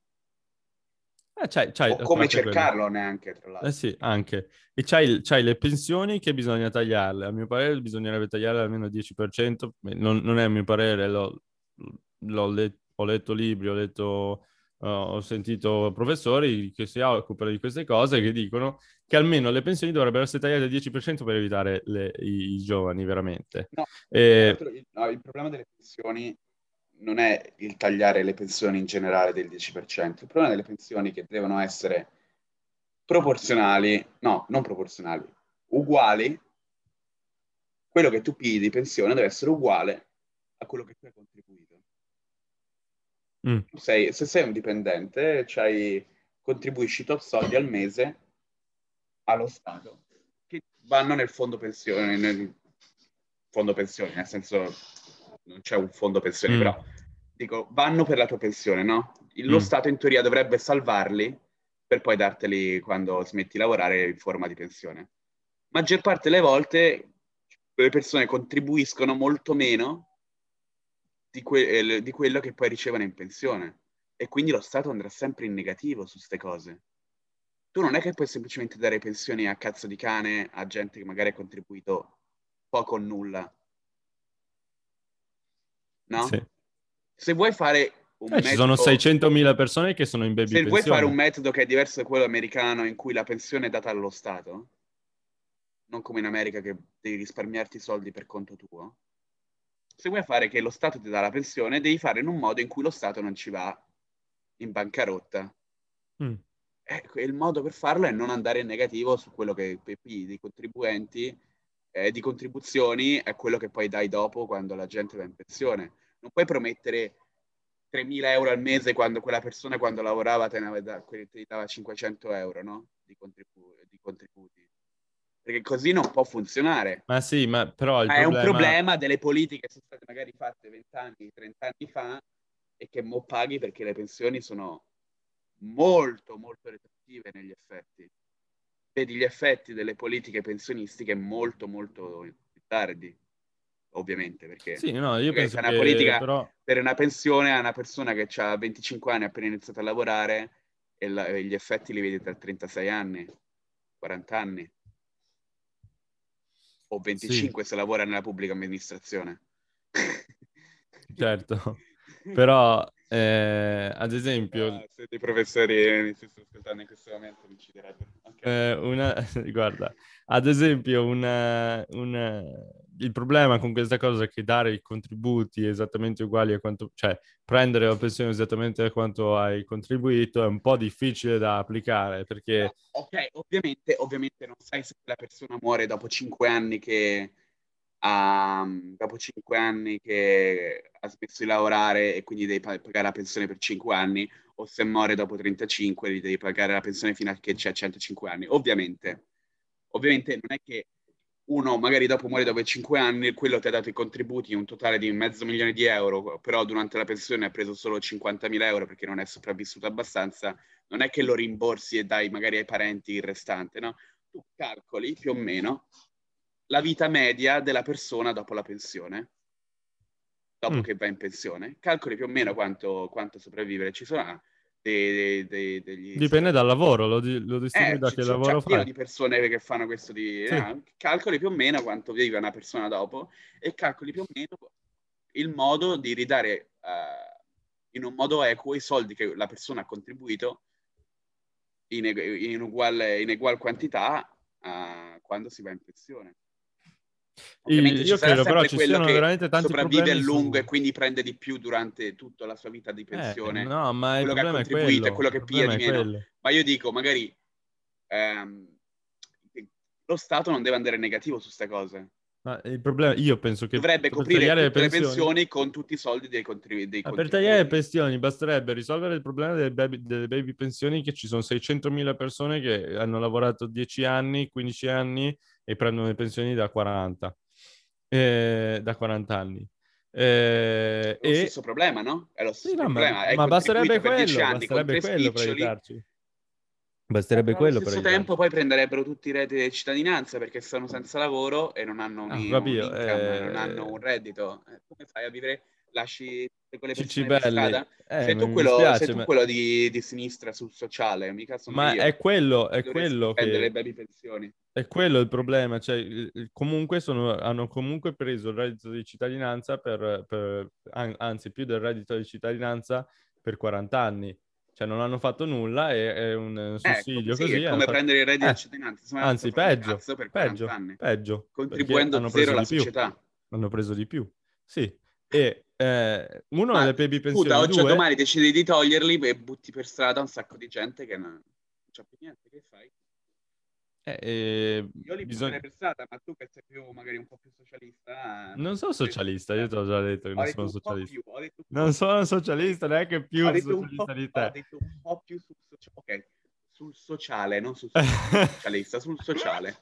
O A come parte quello. cercarlo neanche, tra Eh l'altro. sì, anche. E c'hai le pensioni che bisogna tagliarle. A mio parere bisognerebbe tagliarle almeno il 10%. Non è a mio parere, ho letto libri, ho sentito professori che si occupano di queste cose che dicono che almeno le pensioni dovrebbero essere tagliate al 10% per evitare i giovani, veramente. No, più che E, altro il problema delle pensioni non è il tagliare le pensioni in generale del 10%, il problema delle pensioni è che devono essere proporzionali, no, non proporzionali, uguali, quello che tu pigli di pensione deve essere uguale a quello che tu hai contribuito. mm, Se sei un dipendente, contribuisci tot soldi al mese allo Stato che vanno nel fondo pensioni, nel senso non c'è un fondo pensioni, mm, però dico, vanno per la tua pensione, no? Lo mm. Stato in teoria dovrebbe salvarli per poi darteli quando smetti di lavorare in forma di pensione. Maggior parte delle volte le persone contribuiscono molto meno di quello che poi ricevono in pensione e quindi lo Stato andrà sempre in negativo su queste cose. Tu non è che puoi semplicemente dare pensioni a cazzo di cane a gente che magari ha contribuito poco o nulla, Sì. no? Se vuoi fare un Ci sono metodo, 600.000 persone che sono in baby se vuoi fare un pensione. metodo che è diverso da quello americano in cui la pensione è data allo Stato, non come in America che devi risparmiarti i soldi per conto tuo, se vuoi fare che lo Stato ti dà la pensione, devi fare in un modo in cui lo Stato non ci va in bancarotta. Mm, Ecco, e il modo per farlo è non andare in negativo su quello che pigli dei contribuenti, di contribuzioni, è quello che poi dai dopo quando la gente va in pensione. Non puoi promettere 3.000 euro al mese quando quella persona quando lavorava ti dava 500 euro, no? Di contributi. Perché così non può funzionare. ma sì, ma però il Ma è un problema... problema delle politiche che sono state magari fatte 20 anni, 30 anni fa e che mo paghi perché le pensioni sono molto, molto retrattive negli effetti. Vedi gli effetti delle politiche pensionistiche molto, molto tardi, ovviamente, perché Sì, no, io magari penso fai una che politica però... per una pensione a una persona che ha 25 anni, ha appena iniziato a lavorare, e gli effetti li vedi tra 36 anni, 40 anni, o Sì, 25 se lavora nella pubblica amministrazione. certo. Però, ad esempio, Se dei professori mi stessero ascoltando in questo momento mi ucciderebbero. Ok. guarda, ad esempio, il problema con questa cosa è che dare i contributi esattamente uguali a quanto, cioè prendere la pensione esattamente a quanto hai contribuito è un po' difficile da applicare No, perché ok, ovviamente non sai se la persona muore dopo 5 anni dopo 5 anni che ha smesso di lavorare e quindi devi pagare la pensione per 5 anni, o se muore dopo 35 gli devi pagare la pensione fino a che c'è 105 anni. Ovviamente non è che uno magari dopo muore dopo 5 anni, quello ti ha dato i contributi, un totale di 500.000 euro, però durante la pensione ha preso solo 50.000 euro perché non è sopravvissuto abbastanza, non è che lo rimborsi e dai magari ai parenti il restante, no? Tu calcoli più o meno la vita media della persona dopo la pensione, dopo mm, che va in pensione, calcoli più o meno quanto sopravvivere. Ci sono degli dipende dal statistici. lavoro, lo distingui da che lavoro C'è pieno fai. di persone che fanno questo Sì. calcoli più o meno quanto vive una persona dopo e calcoli più o meno il modo di ridare in un modo equo i soldi che la persona ha contribuito in ugual quantità quando si va in pensione. Ovviamente ci Io sarà credo però sempre ci quello siano che veramente tanti sopravvive a problemi lungo e su... quindi prende di più durante tutta la sua vita di pensione, No, ma il quello che ha problema è contribuito e quello. quello Il che piglia problema di è meno. quello. Ma io dico, magari ehm, lo Stato non deve andare negativo su queste cose. Ma il problema, io penso che Dovrebbe per coprire tagliare le tutte le pensioni, pensioni con tutti i soldi dei per tagliare le contribuenti. pensioni basterebbe risolvere il problema delle baby pensioni, che ci sono 600.000 persone che hanno lavorato 10 anni, 15 anni e prendono le pensioni da 40, da 40 anni. È lo stesso problema, no? È lo Sì, stesso no, ma, problema. Hai ma contribuito per 10 anni con basterebbe tre quello per spiccioli, aiutarci. Basterebbe però allo quello per stesso tempo aiutarci. poi prenderebbero tutti i redditi di cittadinanza perché sono senza lavoro e non hanno Ah, ho un capito. income, non hanno un reddito. Come fai a vivere? Lasci tutte quelle Cicci persone per belli. strada? Sei tu Mi quello, sei spiace, tu quello di sinistra sul sociale, mica sono ma io. è Dovresti quello difendere le che baby pensioni. è quello il problema, cioè comunque hanno comunque preso il reddito di cittadinanza anzi più del reddito di cittadinanza per 40 anni, cioè non hanno fatto nulla, è un Ecco, sussidio sì, è così, hanno come fatto, prendere il reddito di cittadinanza, insomma non sta anzi fare un peggio, cazzo per 40 peggio, anni, peggio, perché contribuendo zero alla società. hanno preso di più, sì, e uno Ma le baby tu da pensioni, oggi a due, domani decidi di toglierli e butti per strada un sacco di gente che non c'ha più niente, che fai? Io li butterei bisogna. per strada, ma tu che sei più magari un po' più socialista, Non sono ho detto, socialista, io ti ho già detto che ho non detto sono un po' socialista. più, ho detto un po' Non sono più, socialista, neanche ho più detto un po', socialista di ho te. detto un po' più sul sociale, ok, sul sociale, non sul socialista, sul sociale.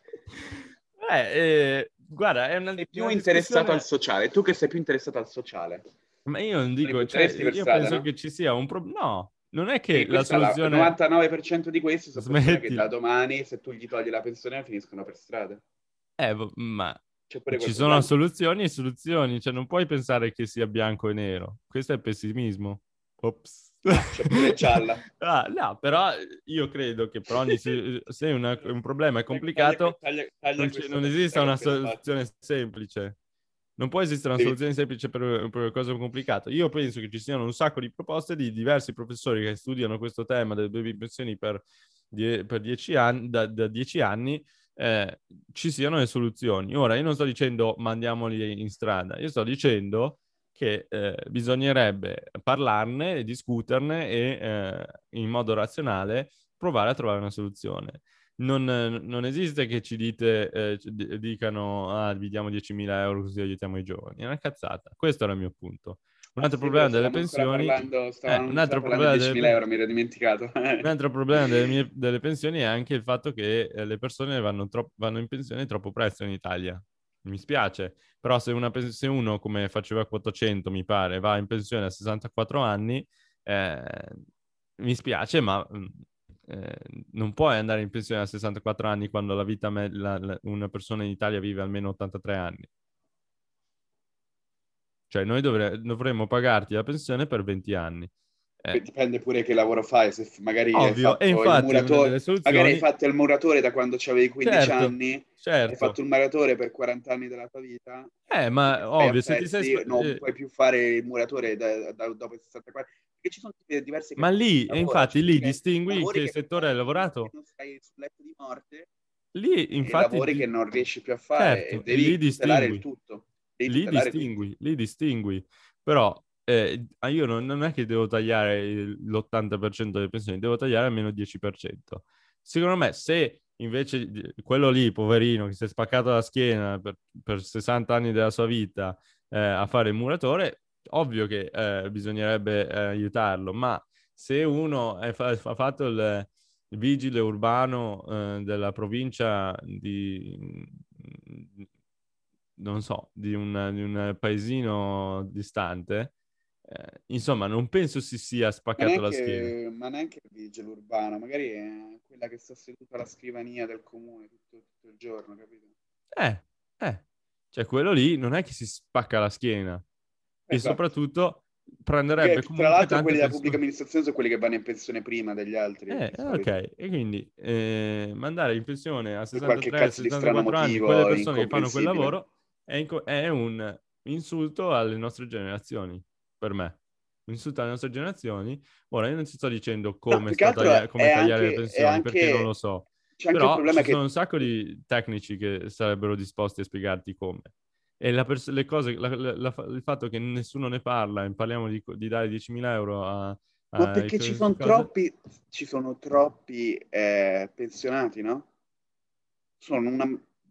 Guarda, è Sei più una interessato al discussione, sociale, tu che sei più interessato al sociale, ma io non non li dico, cioè, butteresti per io strada, penso no? che ci sia un problema. No, non è che E la il soluzione. 99% di questi sono persone che da Smettila. domani, se tu gli togli la pensione, finiscono per strada. Ma C'è pure ci quel sono problema. soluzioni e soluzioni, cioè non puoi pensare che sia bianco e nero. Questo è pessimismo. Ops. No, c'è pure gialla. Ah, no, però io credo che per ogni se un problema è complicato, Taglia questa non battuta esista che ho una appena fatto. soluzione semplice. Non può esistere una Devi- soluzione semplice per cose complicate. Io penso che ci siano un sacco di proposte di diversi professori che studiano questo tema delle baby pensioni per 10 anni, da 10 anni, ci siano le soluzioni. Ora, io non sto dicendo mandiamoli in strada, io sto dicendo che bisognerebbe parlarne, discuterne e in modo razionale provare a trovare una soluzione. Non esiste che ci dicano, ah, vi diamo 10.000 euro così aiutiamo i giovani. È una cazzata. Questo era il mio punto. Un Ah altro sì, è vero, problema delle stavamo ancora pensioni, parlando, un stavamo ancora altro parlando di problema 10.000 euro, mi ero dimenticato. un altro problema delle pensioni è anche il fatto che le persone vanno in pensione troppo presto in Italia. Mi spiace, però se uno, come faceva Quattrocento, mi pare, va in pensione a 64 anni, eh, mi spiace, ma eh, non puoi andare in pensione a 64 anni quando la vita una persona in Italia vive almeno 83 anni. Cioè, noi dovremmo pagarti la pensione per 20 anni. Beh, Eh, dipende pure che lavoro fai, se magari hai ovvio, e fatto il infatti una delle muratore, magari hai soluzioni. fatto il muratore da quando avevi 15 Certo, anni, hai fatto certo. il muratore per 40 anni della tua vita, quindi che Ma stai a ovvio, se ti sei. pezzi, non puoi più fare il muratore dopo i 64, perché ci sono diverse Ma categorie di lì, e lavoro, infatti c'è lì pure distingui in lavori che che non settore hai fai fino a che lavorato. non stai sul letto di morte Lì, e infatti, lavori che non riesci più a fare e certo, e devi tutelare il tutto, devi tutelare tutto. lì distingui. Però io non è che devo tagliare l'80% delle pensioni, devo tagliare almeno il 10%. Secondo me, se invece quello lì, poverino, che si è spaccato la schiena per 60 anni della sua vita a fare il muratore, ovvio che bisognerebbe aiutarlo, ma se uno ha fatto il vigile urbano della provincia non so, di un paesino distante, insomma, non penso si sia spaccato la schiena. Ma neanche il vigile urbano, magari è quella che sta seduta alla scrivania del comune tutto il giorno, capito? Eh, cioè quello lì non è che si spacca la schiena e Esatto. soprattutto Perché prenderebbe tra comunque l'altro tante quelli della pubblica persone. amministrazione sono quelli che vanno in pensione prima degli altri, di Ok, solito. e quindi mandare in pensione a Per qualche cazzo di strano 63-64 anni quelle motivo persone che fanno quel incomprensibile. lavoro è un insulto alle nostre generazioni, per me. Un insulto alle nostre generazioni. Ora, io non ti sto dicendo No, più che altro come tagliare le pensioni, perché non lo so. c'è anche il Però problema ci sono che un sacco di tecnici che sarebbero disposti a spiegarti come. E le cose, il fatto che nessuno ne parla e parliamo di dare 10.000 euro ma a perché cose. ci sono troppi pensionati, no? Sono una,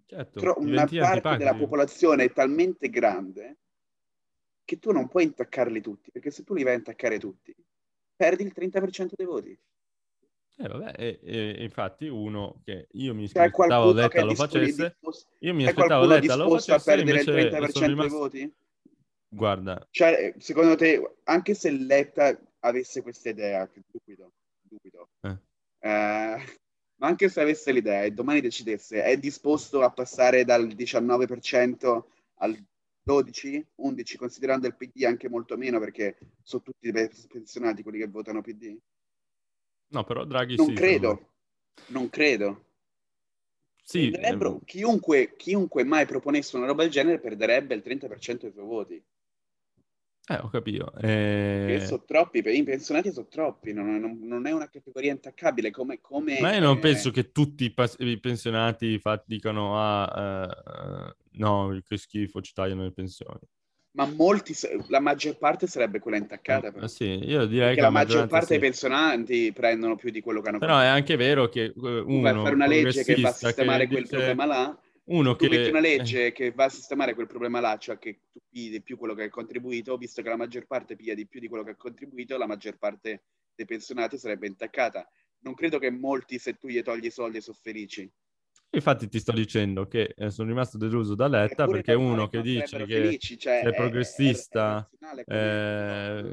Certo, una diventi parte della antipatico. popolazione è talmente grande che tu non puoi intaccarli tutti, perché se tu li vai a intaccare tutti, perdi il 30% dei voti. Vabbè, e infatti uno che io mi C'è aspettavo qualcuno che Letta è lo facesse, io mi c'è aspettavo qualcuno Letta lo disposto a facesse, perdere il invece sono 30% dei rimasto... voti? Guarda, Cioè, secondo te, anche se Letta avesse questa idea, che dubito, eh, ma anche se avesse l'idea e domani decidesse, è disposto a passare dal 19% al 12, 11, considerando il PD anche molto meno, perché sono tutti pensionati quelli che votano PD? no, però Draghi Non sì, secondo me. credo, non credo. Sì, Chiunque mai proponesse una roba del genere perderebbe il 30% dei suoi voti. ho capito. Perché sono troppi, i pensionati sono troppi, non è una categoria intaccabile Ma io non penso che tutti i pensionati dicano, no, che schifo, ci tagliano le pensioni. ma la maggior parte sarebbe quella intaccata però. Sì, io direi Perché che la la maggior maggioranza parte dei sì. pensionati prendono più di quello che hanno Però è contribuito. anche vero che Tu vai a fare uno una legge che va a progressista che sistemare quel dice, problema là, se uno tu metti una che... legge che va a sistemare quel problema là, cioè che tu pigli di più quello che hai contribuito, visto che la maggior parte piglia di più di quello che ha contribuito, la maggior parte dei pensionati sarebbe intaccata. Non credo che molti, se tu gli togli i soldi, sono felici. Infatti ti sto dicendo che sono rimasto deluso da È Letta pure perché normale uno che che non dice sarebbero che felici, cioè sei è progressista, razionale come cosa.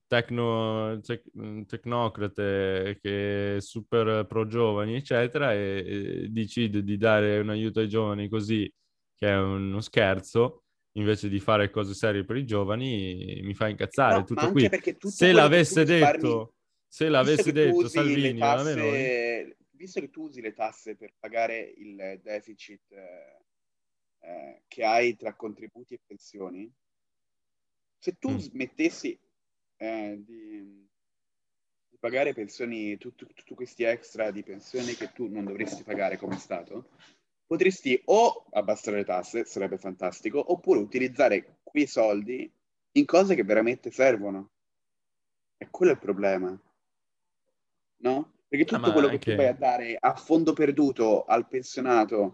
tecnocrate, che è super pro giovani, eccetera, e decide di dare un aiuto ai giovani così, che è uno scherzo, invece di fare cose serie per i giovani, mi fa incazzare. No, ma Tutto anche qui. perché tutto Se quello che tu l'avesse risparmi, detto, se l'avesse detto Salvini o la Meloni, visto che tu usi le tasse per pagare il deficit che hai tra contributi e pensioni, se tu mm, smettessi di pagare pensioni, tutti questi extra di pensioni che tu non dovresti pagare come Stato, potresti o abbassare le tasse, sarebbe fantastico, oppure utilizzare quei soldi in cose che veramente servono. E quello è il problema, no? Perché tutto ma quello che tu vai a anche... dare a fondo perduto al pensionato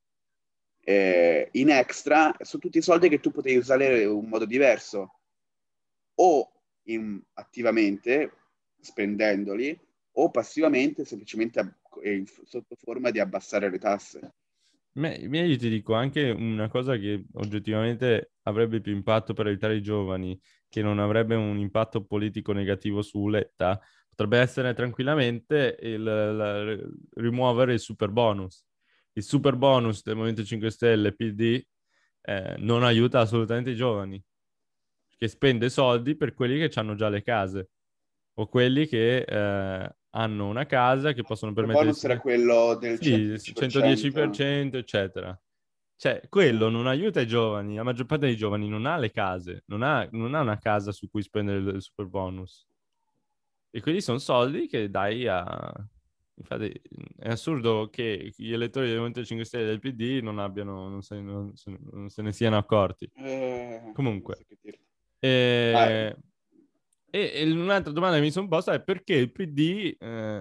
in extra sono tutti i soldi che tu potevi usare in un modo diverso, o attivamente spendendoli, o passivamente semplicemente sotto forma di abbassare le tasse. Io ti dico anche una cosa che oggettivamente avrebbe più impatto per aiutare i giovani, che non avrebbe un impatto politico negativo su Letta, potrebbe essere tranquillamente rimuovere il super bonus. Il super bonus del Movimento 5 Stelle, PD, non aiuta assolutamente i giovani, che spende soldi per quelli che hanno già le case o quelli che hanno una casa che possono Il bonus permettersi era di... quello del Sì, 110%. 110%, eccetera. Cioè, Sì. quello non aiuta i giovani. La maggior parte dei giovani non ha le case, non ha una casa su cui spendere il super bonus. E quindi sono soldi che dai a... Infatti è assurdo che gli elettori del Movimento 5 Stelle e del PD non abbiano, non se ne siano accorti. Non Comunque, so che dirti. Ma eh, e un'altra domanda che mi sono posta è perché il PD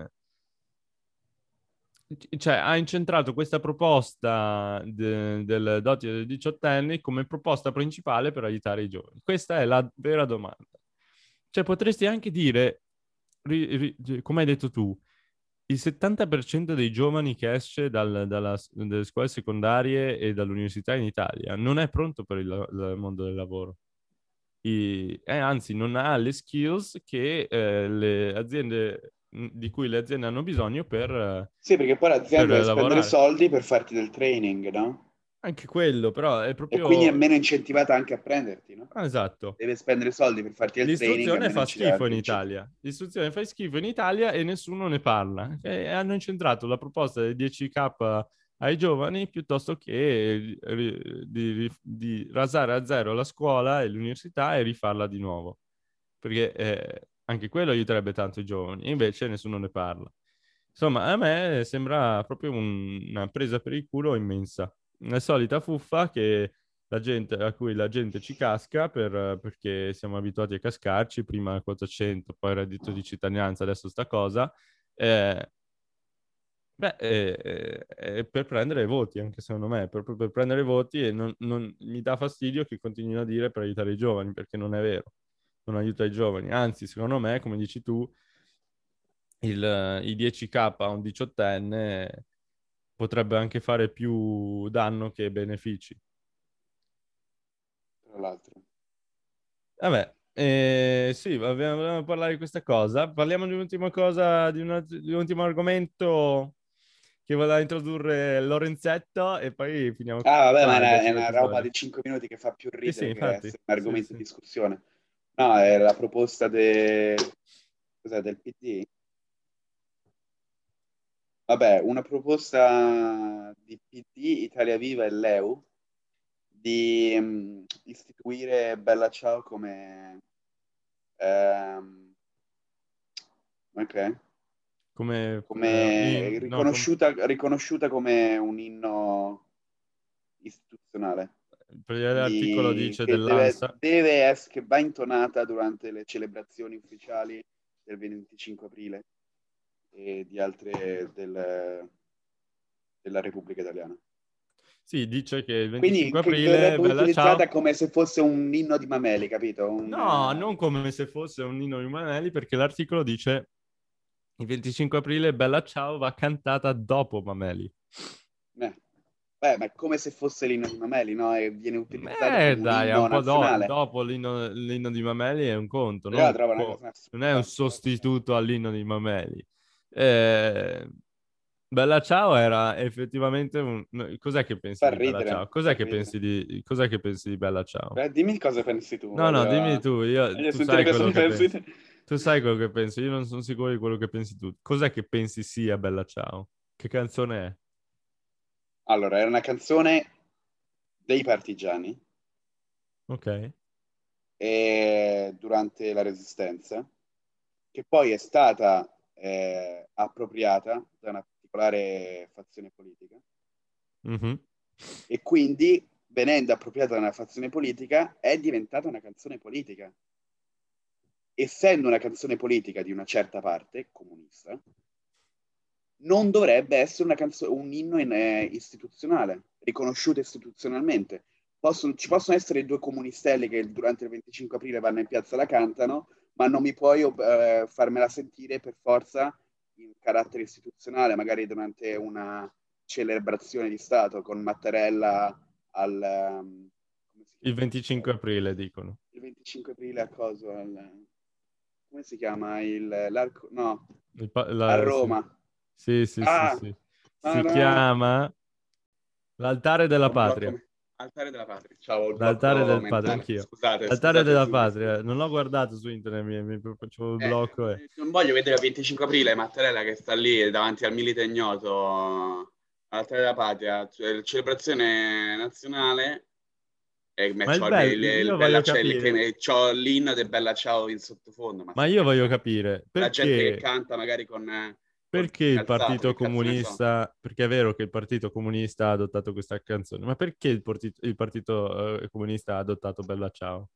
cioè, ha incentrato questa proposta del Doti dei 18 anni come proposta principale per aiutare i giovani. Questa è la vera domanda. Cioè, potresti anche dire, come hai detto tu, il 70% dei giovani che esce dalle scuole secondarie e dall'università in Italia non è pronto per il mondo del lavoro. Anzi, non ha le skills che le aziende, di cui le aziende hanno bisogno sì, perché poi per l'azienda deve spendere lavorare. soldi per farti del training, no? Anche quello, però è E quindi è proprio... meno incentivata anche a prenderti, no? esatto. Deve spendere soldi per farti del training, è L'istruzione meno fa schifo in incentivata. Italia. L'istruzione fa schifo in Italia e nessuno ne parla. E hanno incentrato la proposta del 10K ai giovani piuttosto che di rasare a zero la scuola e l'università e rifarla di nuovo. Perché anche quello aiuterebbe tanto i giovani. E invece nessuno ne parla. Insomma, a me sembra proprio una presa per il culo immensa. La solita fuffa a cui la gente ci casca perché siamo abituati a cascarci, prima quota 100, poi il reddito di cittadinanza, adesso sta cosa. Eh, Beh, è per prendere voti, anche secondo me, proprio per prendere voti, e mi dà fastidio che continuino a dire per aiutare i giovani, perché non è vero, non aiuta i giovani. Anzi, secondo me, come dici tu, i 10K a un diciottenne potrebbe anche fare più danno che benefici. tra l'altro. Vabbè, sì, volevamo parlare di questa cosa. Parliamo di un'ultima cosa, di un ultimo argomento che voleva introdurre Lorenzetto e poi finiamo Ah, vabbè, ma qua è con una roba l'episodio. di 5 minuti che fa più Sì, sì, ridere che infatti. essere un Sì, argomento di sì. discussione. No, è la proposta cos'è, del PD? Vabbè, una proposta di PD, Italia Viva e LeU di istituire Bella Ciao come, ok, Come, come no, riconosciuta come un inno istituzionale. l'articolo Quindi dice che dell'ANSA. che va intonata durante le celebrazioni ufficiali del 25 aprile e di altre della Repubblica Italiana. Sì, dice che il Quindi 25 che aprile, verrebbe Bella utilizzata Ciao. come se fosse un inno di Mameli, capito? No, non come se fosse un Nino Rimanelli, perché l'articolo dice il 25 aprile Bella Ciao va cantata dopo Mameli. eh. Beh, ma è come se fosse l'inno di Mameli, no? E viene utilizzato come un Dai, è inno un po' nazionale. dopo l'inno di Mameli è un conto, Io la trovo una cosa non è un assurda. sostituto all'inno di Mameli. Eh, Bella Ciao era effettivamente un... Cos'è che pensi Fa di Bella ridere, Ciao? fa ridere. Cos'è che pensi di Bella Ciao? Dimmi cosa pensi tu, No, no, dimmi tu, voglio tu sentire sai cosa quello ne che pensi pensi. te. Tu sai quello che penso, io non sono sicuro di quello che pensi tu. Cos'è che pensi sia Bella Ciao? Che canzone è? Allora, era una canzone dei partigiani Ok. durante la Resistenza, che poi è stata appropriata da una particolare fazione politica Mhm. e quindi, venendo appropriata da una fazione politica, è diventata una canzone politica. Essendo una canzone politica di una certa parte, comunista, non dovrebbe essere un inno istituzionale, riconosciuto istituzionalmente. Ci possono essere due comunistelli che durante il 25 aprile vanno in piazza e la cantano, ma non mi puoi farmela sentire per forza in carattere istituzionale, magari durante una celebrazione di Stato con Mattarella come si Il chiama? 25 aprile, dicono. Il 25 aprile a coso? Come si chiama? No, a Sì, Roma. sì, sì, sì, Ah, sì. no, Si no. chiama l'Altare della Ho un blocco. Patria. Altare della patria. Ciao, ho il L'Altare blocco del Patria, mentale. anch'io. Scusate, L'Altare scusate della subito. Patria. Non l'ho guardato su internet, facevo il blocco e... Non voglio vedere il 25 aprile Mattarella che sta lì davanti al Milite Ignoto all'Altare della patria, cioè, celebrazione nazionale. E Ma il c'ho bello, il io Bella voglio Ciao, capire, c'ho l'inno del Bella Ciao in sottofondo, ma ma sto io voglio scherzando. capire La gente che perché, canta magari col perché pugno il alzato, Partito che cazzo ne so. Comunista, perché è vero che il Partito Comunista ha adottato questa canzone, ma perché il partito Comunista ha adottato Bella Ciao?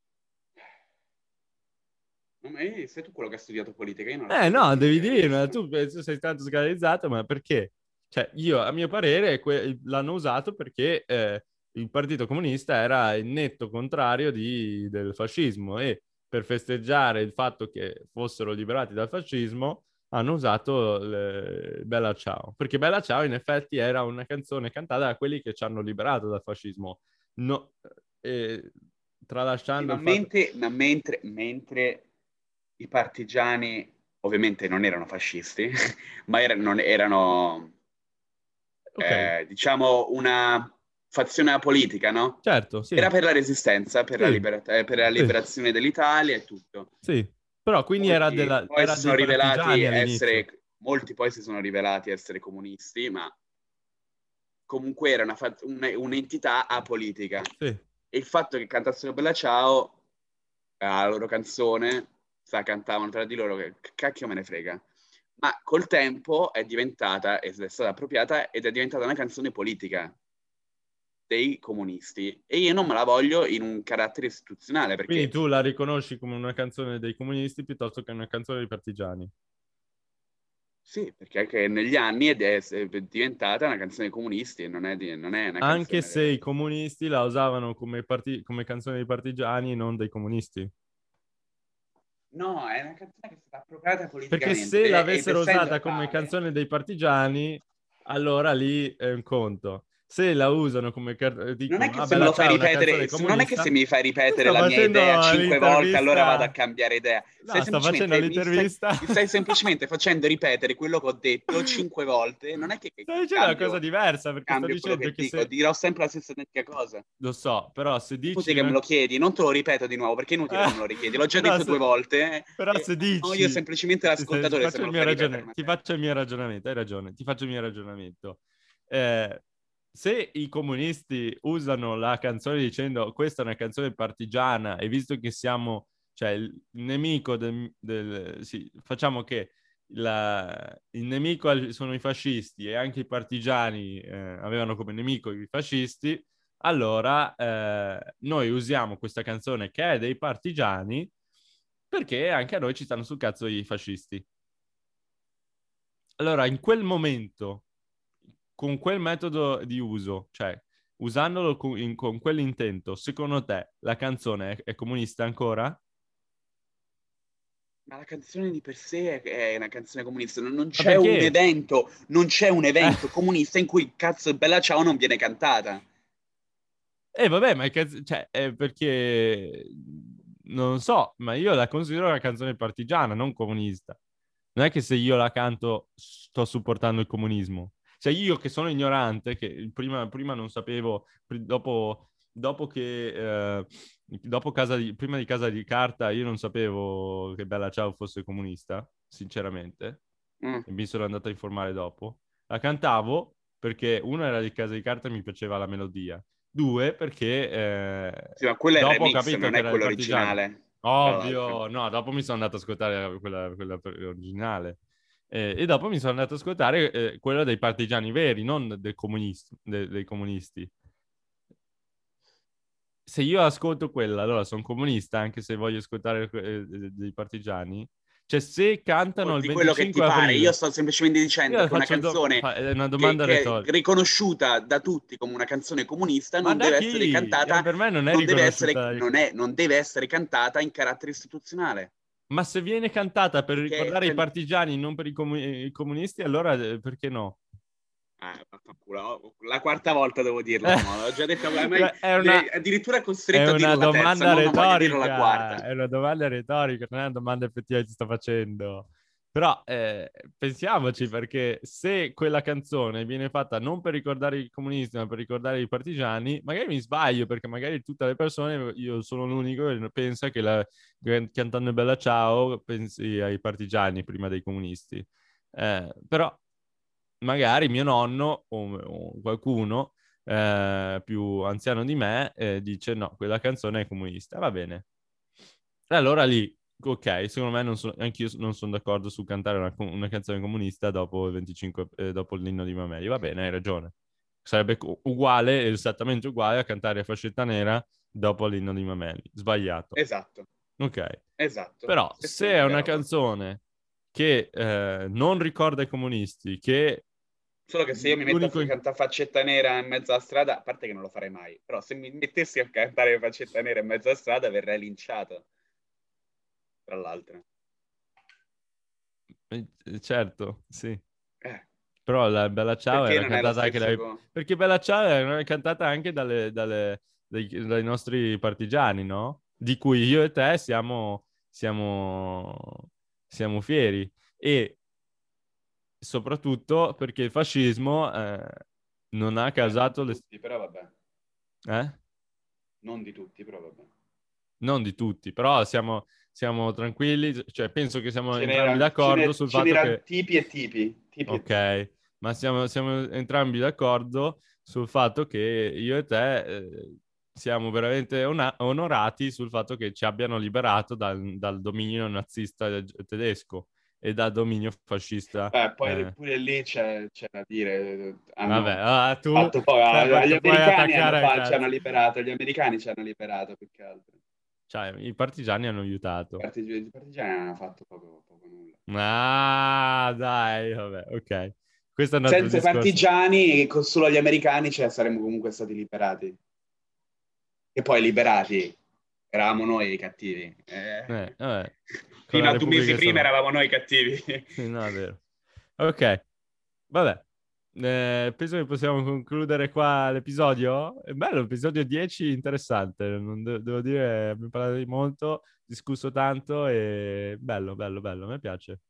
No, ma sei tu quello che ha studiato politica, io non ho No, studiato devi politica, io dirmela, sono... tu sei tanto scandalizzato, ma perché? Cioè, io, a mio parere, l'hanno usato perché il Partito Comunista era il netto contrario del fascismo e per festeggiare il fatto che fossero liberati dal fascismo hanno usato Bella Ciao, perché Bella Ciao in effetti era una canzone cantata da quelli che ci hanno liberato dal fascismo, no, eh, Sì, tralasciando ma il fatto... mentre i partigiani ovviamente non erano fascisti, ma erano Ok, diciamo, una fazione politica, no? certo, Era sì, per la resistenza, sì, per la sì. liberazione dell'Italia e tutto. Sì, però quindi Molti poi si era sono dei rivelati partigiani all'inizio. essere, molti poi si sono rivelati essere comunisti, ma comunque era un'entità apolitica. Sì. E il fatto che cantassero Bella Ciao, la loro canzone, cantavano tra di loro, che cacchio me ne frega. Ma col tempo è diventata, ed è stata appropriata, ed è diventata una canzone politica dei comunisti. E io non me la voglio in un carattere istituzionale, Quindi perché tu la riconosci come una canzone dei comunisti piuttosto che una canzone dei partigiani. Sì, perché anche negli anni è diventata una canzone dei comunisti e non è una Anche canzone... se i comunisti la usavano come canzone dei partigiani e non dei comunisti. No, è una canzone che è stata appropriata Perché politicamente se ed l'avessero essendo usata come tale... canzone dei partigiani, allora lì è un conto. Se la usano come Non è dicono, che ah se me bella lo fai ciao, una canzone ripetere, non è che se comunista, mi fai tu ripetere sta la mia facendo idea 5 volte, allora vado a l'intervista. cambiare idea. No, sta facendo l'intervista. Mi stai semplicemente facendo ripetere quello che ho detto 5 volte. Non è che Sto dicendo una cosa diversa perché sto cambio quello dicendo che che dico, se... dirò sempre la stessa identica cosa. Lo so, però se Inutile dici che me una... lo chiedi, non te lo ripeto di nuovo perché è inutile che me lo richiedi. L'ho già però detto se... 2 volte Però e se sono io dici... semplicemente Ti l'ascoltatore se faccio me il lo mio fai ripetere una ti serie. faccio il mio ragionamento, hai ragione, ti faccio il mio ragionamento. Eh, se i comunisti usano la canzone dicendo questa è una canzone partigiana e visto che siamo, cioè il nemico sì, facciamo che il nemico sono i fascisti e anche i partigiani avevano come nemico i fascisti, allora noi usiamo questa canzone che è dei partigiani perché anche a noi ci stanno sul cazzo i fascisti. Allora, in quel momento, con quel metodo di uso, cioè usandolo con quell'intento, secondo te la canzone è comunista ancora? Ma la canzone di per sé è una canzone comunista, non Ma c'è un perché? evento, non c'è un Eh, evento comunista in cui cazzo Bella Ciao non viene cantata. vabbè, ma cioè, è perché non so, ma io la considero una canzone partigiana, non comunista. Non è che se io la canto sto supportando il comunismo. Cioè io che sono ignorante, che prima non sapevo, prima di Casa di Carta, io non sapevo che Bella Ciao fosse comunista, sinceramente, Mm. e mi sono andato a informare dopo. La cantavo perché uno era di Casa di Carta e mi piaceva la melodia. Due, perché Sì, ma quello è il dopo ho remix, capito non che è era dei quello partigiani. originale, tra l'altro. Ovvio, no, dopo mi sono andato ad ascoltare quella originale. E dopo mi sono andato ad ascoltare quella dei partigiani veri, non dei comunisti. Se io ascolto quella, allora sono comunista, anche se voglio ascoltare dei partigiani. Cioè, se cantano il Ascolti quello che ti 25 pare. Io aprile, sto semplicemente dicendo io che una faccio canzone è una domanda che è retorica. riconosciuta da tutti come una canzone comunista Ma non da deve essere chi? cantata, Per me non è riconosciuta. non deve essere cantata in carattere istituzionale. Ma se viene cantata per Perché ricordare i partigiani, non per i comunisti, allora perché no? vaffanculo, la quarta volta devo dirlo, mo. L'ho già detto, ormai È una, direi addirittura è costretto a dirlo una la terza, domanda mo non voglio dirlo la quarta. retorica, è una domanda retorica, non è una domanda effettiva che ti sto facendo. Però pensiamoci, perché se quella canzone viene fatta non per ricordare i comunisti, ma per ricordare i partigiani, magari mi sbaglio, perché magari tutte le persone, io sono l'unico che pensa che cantando Bella Ciao pensi ai partigiani prima dei comunisti. Però magari mio nonno o qualcuno più anziano di me dice no, quella canzone è comunista, va bene. E allora lì, ok, secondo me anch'io non sono d'accordo su cantare una canzone comunista dopo il 25, dopo l'inno di Mameli, va bene, hai ragione. Sarebbe uguale, esattamente uguale a cantare a fascetta nera dopo l'inno di Mameli, sbagliato. Esatto, Ok, esatto, però stessa se è identica una roba. canzone che non ricorda i comunisti, che Solo che se io mi metto l'unico... a cantare faccetta nera in mezzo alla strada, a parte che non lo farei mai, però se mi mettessi a cantare faccetta nera in mezzo alla strada verrei linciato, tra l'altro. certo, sì. Eh, Però la Bella Ciao perché era non è lo cantata anche stesso co- perché Bella Ciao era cantata anche dai nostri partigiani, no? Di cui io e te siamo fieri. E soprattutto perché il fascismo non ha Non causato di tutti, però vabbè. eh? Non di tutti, però vabbè. Non di tutti, però siamo tranquilli, cioè penso che siamo entrambi d'accordo sul Ce fatto n'erano che tipi e tipi, tipi e tipi. ok, ma siamo entrambi d'accordo sul fatto che io e te siamo veramente onorati sul fatto che ci abbiano liberato dal dominio nazista tedesco e dal dominio fascista. Poi pure lì c'è da dire, Vabbè, hanno tu fatto ti hai poi, gli fatto poi americani attaccare al ci hanno cazzo. liberato, gli americani ci hanno liberato più che altro. Cioè, i partigiani hanno aiutato. I partigiani hanno fatto poco nulla. Ah, dai, vabbè, ok. Questo è un altro Senza i discorso. partigiani, con solo gli americani, cioè, saremmo comunque stati liberati. E poi liberati, eravamo noi i cattivi. Vabbè, con la Fino a 2 mesi Repubblica prima sono... eravamo noi i cattivi. Sì, no, è vero. Ok, vabbè. Penso che possiamo concludere qua l'episodio. È bello, episodio 10, interessante. Non devo dire, abbiamo parlato di molto, discusso tanto e bello, bello, bello, a me piace.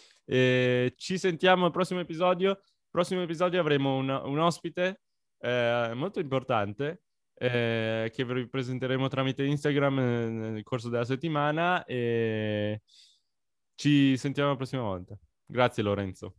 Ci sentiamo al prossimo episodio. Prossimo episodio avremo un ospite molto importante che vi presenteremo tramite Instagram nel corso della settimana e ci sentiamo la prossima volta. Grazie Lorenzo.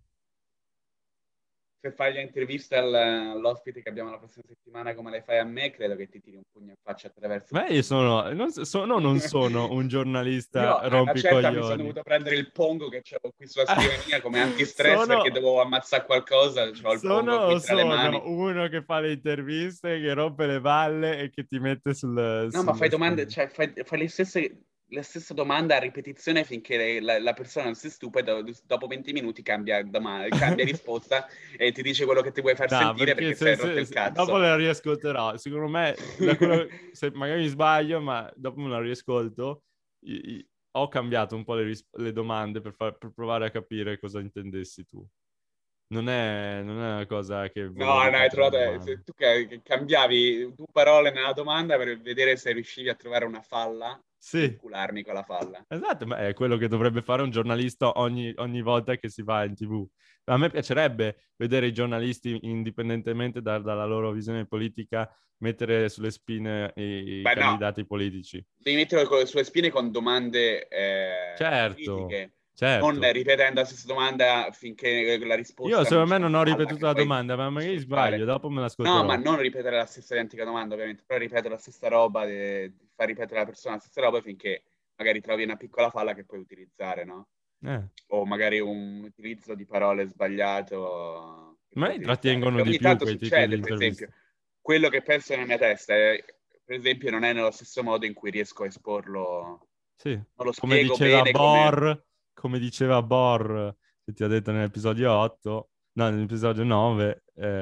Se fai l'intervista all'ospite che abbiamo la prossima settimana come le fai a me, credo che ti tiri un pugno in faccia attraverso Ma tutto io il viso. non sono un Io giornalista a una certa mi sono rompicoglioni. dovuto prendere il pongo che c'avevo qui sulla scrivania come antistress perché Sono, dovevo ammazzare qualcosa, c'ho il pongo qui tra le sono mani. uno che fa le interviste, che rompe le balle e che ti mette No, ma fai sullo domande, schermo. cioè fai la stessa domanda a ripetizione finché la persona non si stupa e dopo 20 minuti cambia risposta e ti dice quello che ti vuoi far No, sentire perché perché sei rotto il dopo cazzo. la riascolterò. Secondo me, da quello, se magari mi sbaglio, ma dopo me la riascolto, ho cambiato un po' le domande per provare a capire cosa intendessi tu. Non è una cosa che volevo No, no, hai ripetere la trovato, domanda. tu che cambiavi 2 parole nella domanda per vedere se riuscivi a trovare una falla e Sì, incularmi con la falla. esatto, ma è quello che dovrebbe fare un giornalista ogni volta che si va in TV. A me piacerebbe vedere i giornalisti, indipendentemente dalla loro visione politica, mettere sulle spine i Beh, no, candidati politici. devi metterlo con le sue spine con domande Certo, critiche, non certo. ripetendo la stessa domanda finché la Io risposta non secondo c'è me una non ho falla ripetuto che la puoi domanda, ma magari sbaglio, sfruttare. dopo me No, ma l'ascolterò. non ripetere la stessa identica domanda, ovviamente, però ripetere la stessa roba, far ripetere alla persona la stessa roba finché magari trovi una piccola falla che puoi utilizzare, no? Eh. O magari un utilizzo di parole sbagliato che puoi Ma utilizzare. Che trattengono di ogni più tanto quei tipi di succede, per esempio, interviste. quello che penso nella mia testa, per esempio, non è nello stesso modo in cui riesco a esporlo, Sì, non lo spiego bene come... Come diceva Bor, che ti ha detto nell'episodio 8, no, nell'episodio 9,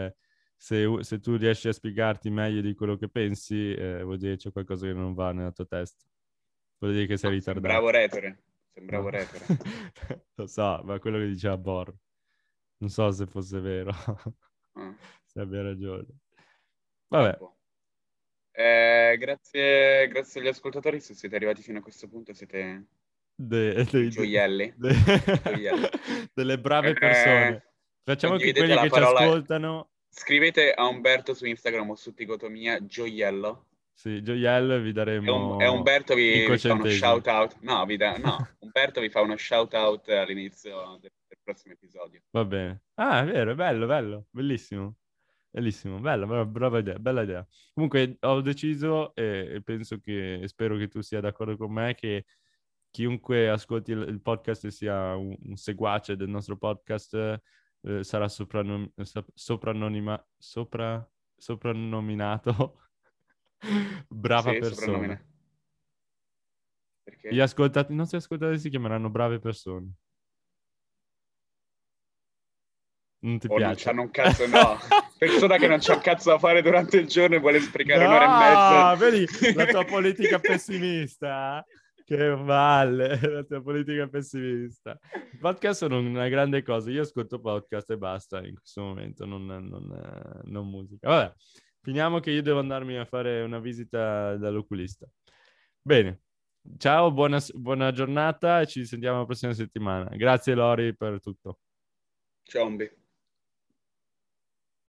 se tu riesci a spiegarti meglio di quello che pensi, vuol dire che c'è qualcosa che non va nella tua testa. Vuol dire che sei No, sembravo ritardato. retore, sembravo No? retore. Lo so, ma quello che diceva Bor. Non so se fosse vero, Ah, se abbia ragione. Vabbè, vabbè. Grazie agli ascoltatori, se siete arrivati fino a questo punto siete de- dei de- de- gioielli, de- dei gioielli. delle brave Eh, persone. Facciamo che condividete quelli la che ci parola, ascoltano, scrivete a Umberto su Instagram o su Ticotomia gioiello sì, gioiello, vi e daremo Umberto vi 5 fa uno centesimi. shout out. No, no, Umberto vi fa uno shout out all'inizio del prossimo episodio. Va bene. Ah, è vero, è bello, bello, bellissimo. Bellissimo, bello, brava idea, bella idea. Comunque ho deciso e penso che, e spero che tu sia d'accordo con me, che chiunque ascolti il podcast e sia un seguace del nostro podcast sarà soprannominato brava Sì, persona. soprannome. I Perché? nostri ascoltatori si chiameranno brave persone. Non ti O non piace? c'hanno un cazzo, no. Persona che non c'ha un cazzo da fare durante il giorno e vuole sprecare un'ora e mezza. No, vedi la tua politica pessimista? Che valle, la tua politica pessimista. I podcast sono una grande cosa. Io ascolto podcast e basta in questo momento, non musica. Vabbè, finiamo che io devo andarmi a fare una visita dall'oculista. Bene, ciao, buona giornata e ci sentiamo la prossima settimana. Grazie Lori per tutto. Ciombi.